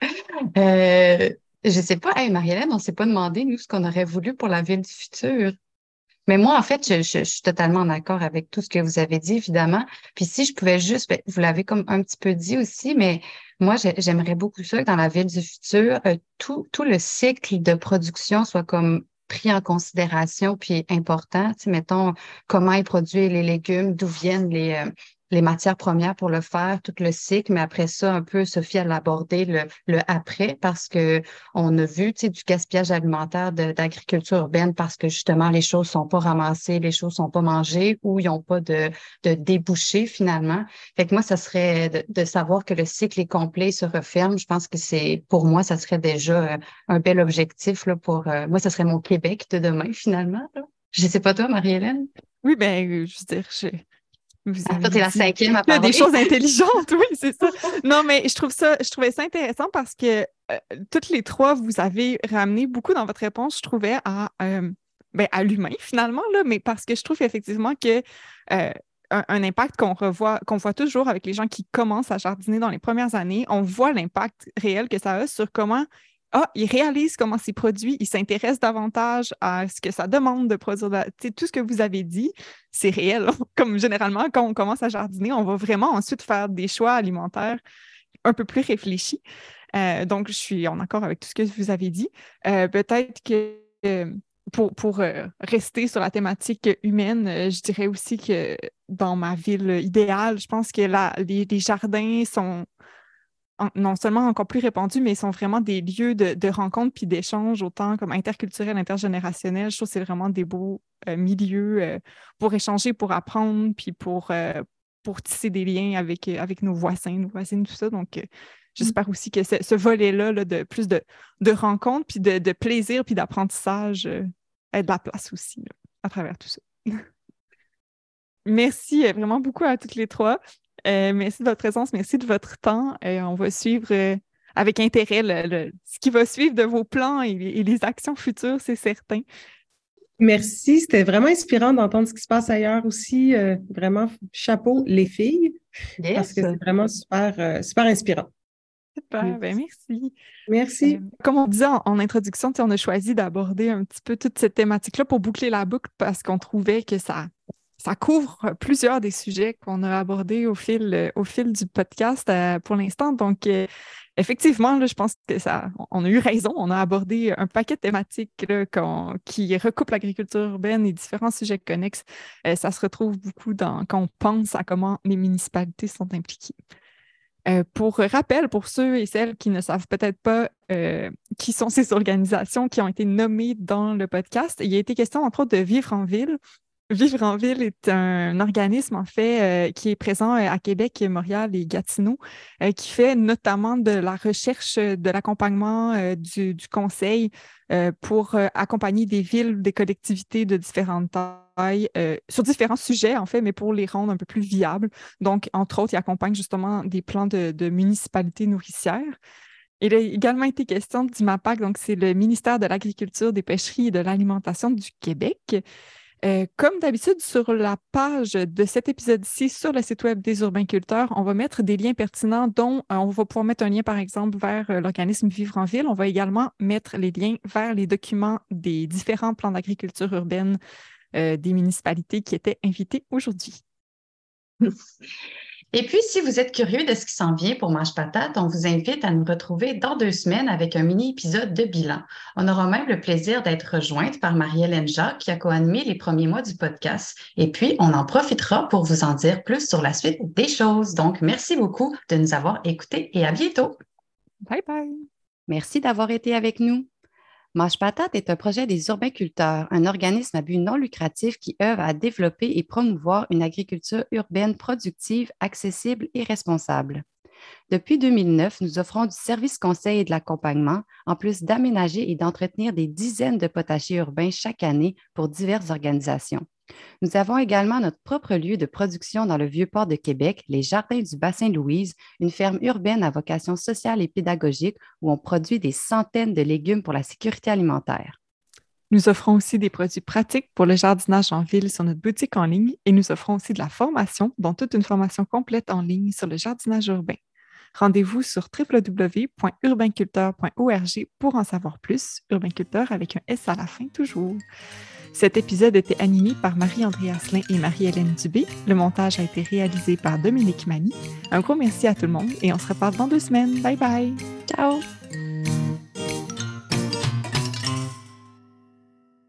Euh, je sais pas, hey, Marie-Hélène, on ne s'est pas demandé, nous, ce qu'on aurait voulu pour la ville du futur. Mais moi, en fait, je, je, je suis totalement d'accord avec tout ce que vous avez dit, évidemment. Puis si je pouvais juste, ben, vous l'avez comme un petit peu dit aussi, mais moi, j'ai- j'aimerais beaucoup ça que dans la ville du futur, euh, tout, tout le cycle de production soit comme pris en considération puis important. Tu sais, mettons, comment est produit les légumes, d'où viennent les, euh, les matières premières pour le faire, tout le cycle, mais après ça, un peu, Sophie, elle a abordé le, le après parce que on a vu, tu sais, du gaspillage alimentaire de- d'agriculture urbaine parce que justement, les choses sont pas ramassées, les choses sont pas mangées ou ils n'ont pas de, de débouchés finalement. Fait que moi, ça serait de, de savoir que le cycle est complet, se referme. Je pense que c'est, pour moi, ça serait déjà euh, un bel objectif là, pour, euh, moi, ça serait mon Québec de demain finalement, là. Je sais pas toi, Marie-Hélène. Oui, ben, euh, je veux dire, je- vous Ah, toi, avez t'es la dit cinquième à il y a des parler. choses intelligentes, oui, c'est ça. Non, mais je trouve ça, je trouvais ça intéressant parce que euh, toutes les trois, vous avez ramené beaucoup dans votre réponse, je trouvais, à, euh, ben, à l'humain finalement, là, mais parce que je trouve effectivement que euh, un, un impact qu'on revoit, qu'on voit toujours avec les gens qui commencent à jardiner dans les premières années, on voit l'impact réel que ça a sur comment ah, ils réalisent comment c'est produit, ils s'intéressent davantage à ce que ça demande de produire. de la- Tu sais, tout ce que vous avez dit, c'est réel. Comme généralement, quand on commence à jardiner, on va vraiment ensuite faire des choix alimentaires un peu plus réfléchis. Euh, donc, je suis en accord avec tout ce que vous avez dit. Euh, peut-être que euh, pour, pour euh, rester sur la thématique humaine, euh, je dirais aussi que dans ma ville idéale, je pense que la, les, les jardins sont en- non seulement encore plus répandus, mais ils sont vraiment des lieux de, de rencontre puis d'échange, autant comme interculturels, intergénérationnels. Je trouve que c'est vraiment des beaux euh, milieux euh, pour échanger, pour apprendre, puis pour, euh, pour tisser des liens avec, euh, avec nos voisins, nos voisines, tout ça. Donc, euh, j'espère aussi que ce, ce volet-là, là, de plus de, de rencontres, puis de, de plaisir, puis d'apprentissage, euh, ait de la place aussi là, à travers tout ça. Merci euh, vraiment beaucoup à toutes les trois. Euh, merci de votre présence, merci de votre temps. Euh, on va suivre euh, avec intérêt le- le- ce qui va suivre de vos plans et, et les actions futures, c'est certain. Merci, c'était vraiment inspirant d'entendre ce qui se passe ailleurs aussi. Euh, vraiment, chapeau les filles, parce Yes. que c'est vraiment super, euh, super inspirant. Super, ben merci. Merci. Euh, comme on disait en, en introduction, tu sais, on a choisi d'aborder un petit peu toute cette thématique-là pour boucler la boucle parce qu'on trouvait que ça, ça couvre plusieurs des sujets qu'on a abordés au fil, euh, au fil du podcast euh, pour l'instant. Donc, euh, effectivement, là, je pense que ça, on a eu raison. On a abordé un paquet de thématiques là, qu'on- qui recoupent l'agriculture urbaine et différents sujets connexes. Euh, ça se retrouve beaucoup dans, quand on pense à comment les municipalités sont impliquées. Euh, pour rappel, pour ceux et celles qui ne savent peut-être pas euh, qui sont ces organisations qui ont été nommées dans le podcast, il a été question entre autres de Vivre en ville. Vivre en ville est un organisme en fait euh, qui est présent euh, à Québec, Montréal et Gatineau, euh, qui fait notamment de la recherche, euh, de l'accompagnement euh, du, du conseil euh, pour euh, accompagner des villes, des collectivités de différentes tailles euh, sur différents sujets en fait, mais pour les rendre un peu plus viables. Donc, entre autres, il accompagne justement des plans de, de municipalités nourricières. Il a également été question du MAPAC, donc c'est le ministère de l'Agriculture, des Pêcheries et de l'Alimentation du Québec. Euh, comme d'habitude, sur la page de cet épisode-ci, sur le site web des Urbainculteurs, on va mettre des liens pertinents dont euh, on va pouvoir mettre un lien, par exemple, vers euh, l'organisme Vivre en ville. On va également mettre les liens vers les documents des différents plans d'agriculture urbaine euh, des municipalités qui étaient invités aujourd'hui. Et puis, si vous êtes curieux de ce qui s'en vient pour Mange Patate, on vous invite à nous retrouver dans deux semaines avec un mini-épisode de bilan. On aura même le plaisir d'être rejointe par Marie-Hélène Jacques qui a co-animé les premiers mois du podcast. Et puis, on en profitera pour vous en dire plus sur la suite des choses. Donc, merci beaucoup de nous avoir écoutés et à bientôt. Bye bye! Merci d'avoir été avec nous. Mange Patate est un projet des Urbainculteurs, un organisme à but non lucratif qui œuvre à développer et promouvoir une agriculture urbaine productive, accessible et responsable. Depuis deux mille neuf, nous offrons du service conseil et de l'accompagnement, en plus d'aménager et d'entretenir des dizaines de potagers urbains chaque année pour diverses organisations. Nous avons également notre propre lieu de production dans le Vieux-Port de Québec, les Jardins du Bassin Louise, une ferme urbaine à vocation sociale et pédagogique où on produit des centaines de légumes pour la sécurité alimentaire. Nous offrons aussi des produits pratiques pour le jardinage en ville sur notre boutique en ligne et nous offrons aussi de la formation, dont toute une formation complète en ligne sur le jardinage urbain. Rendez-vous sur w w w point urbainculteur point org pour en savoir plus, urbainculteur avec un S à la fin toujours. Cet épisode était animé par Marie-André Asselin et Marie-Hélène Dubé. Le montage a été réalisé par Dominique Mani. Un gros merci à tout le monde et on se reparle dans deux semaines. Bye bye! Ciao!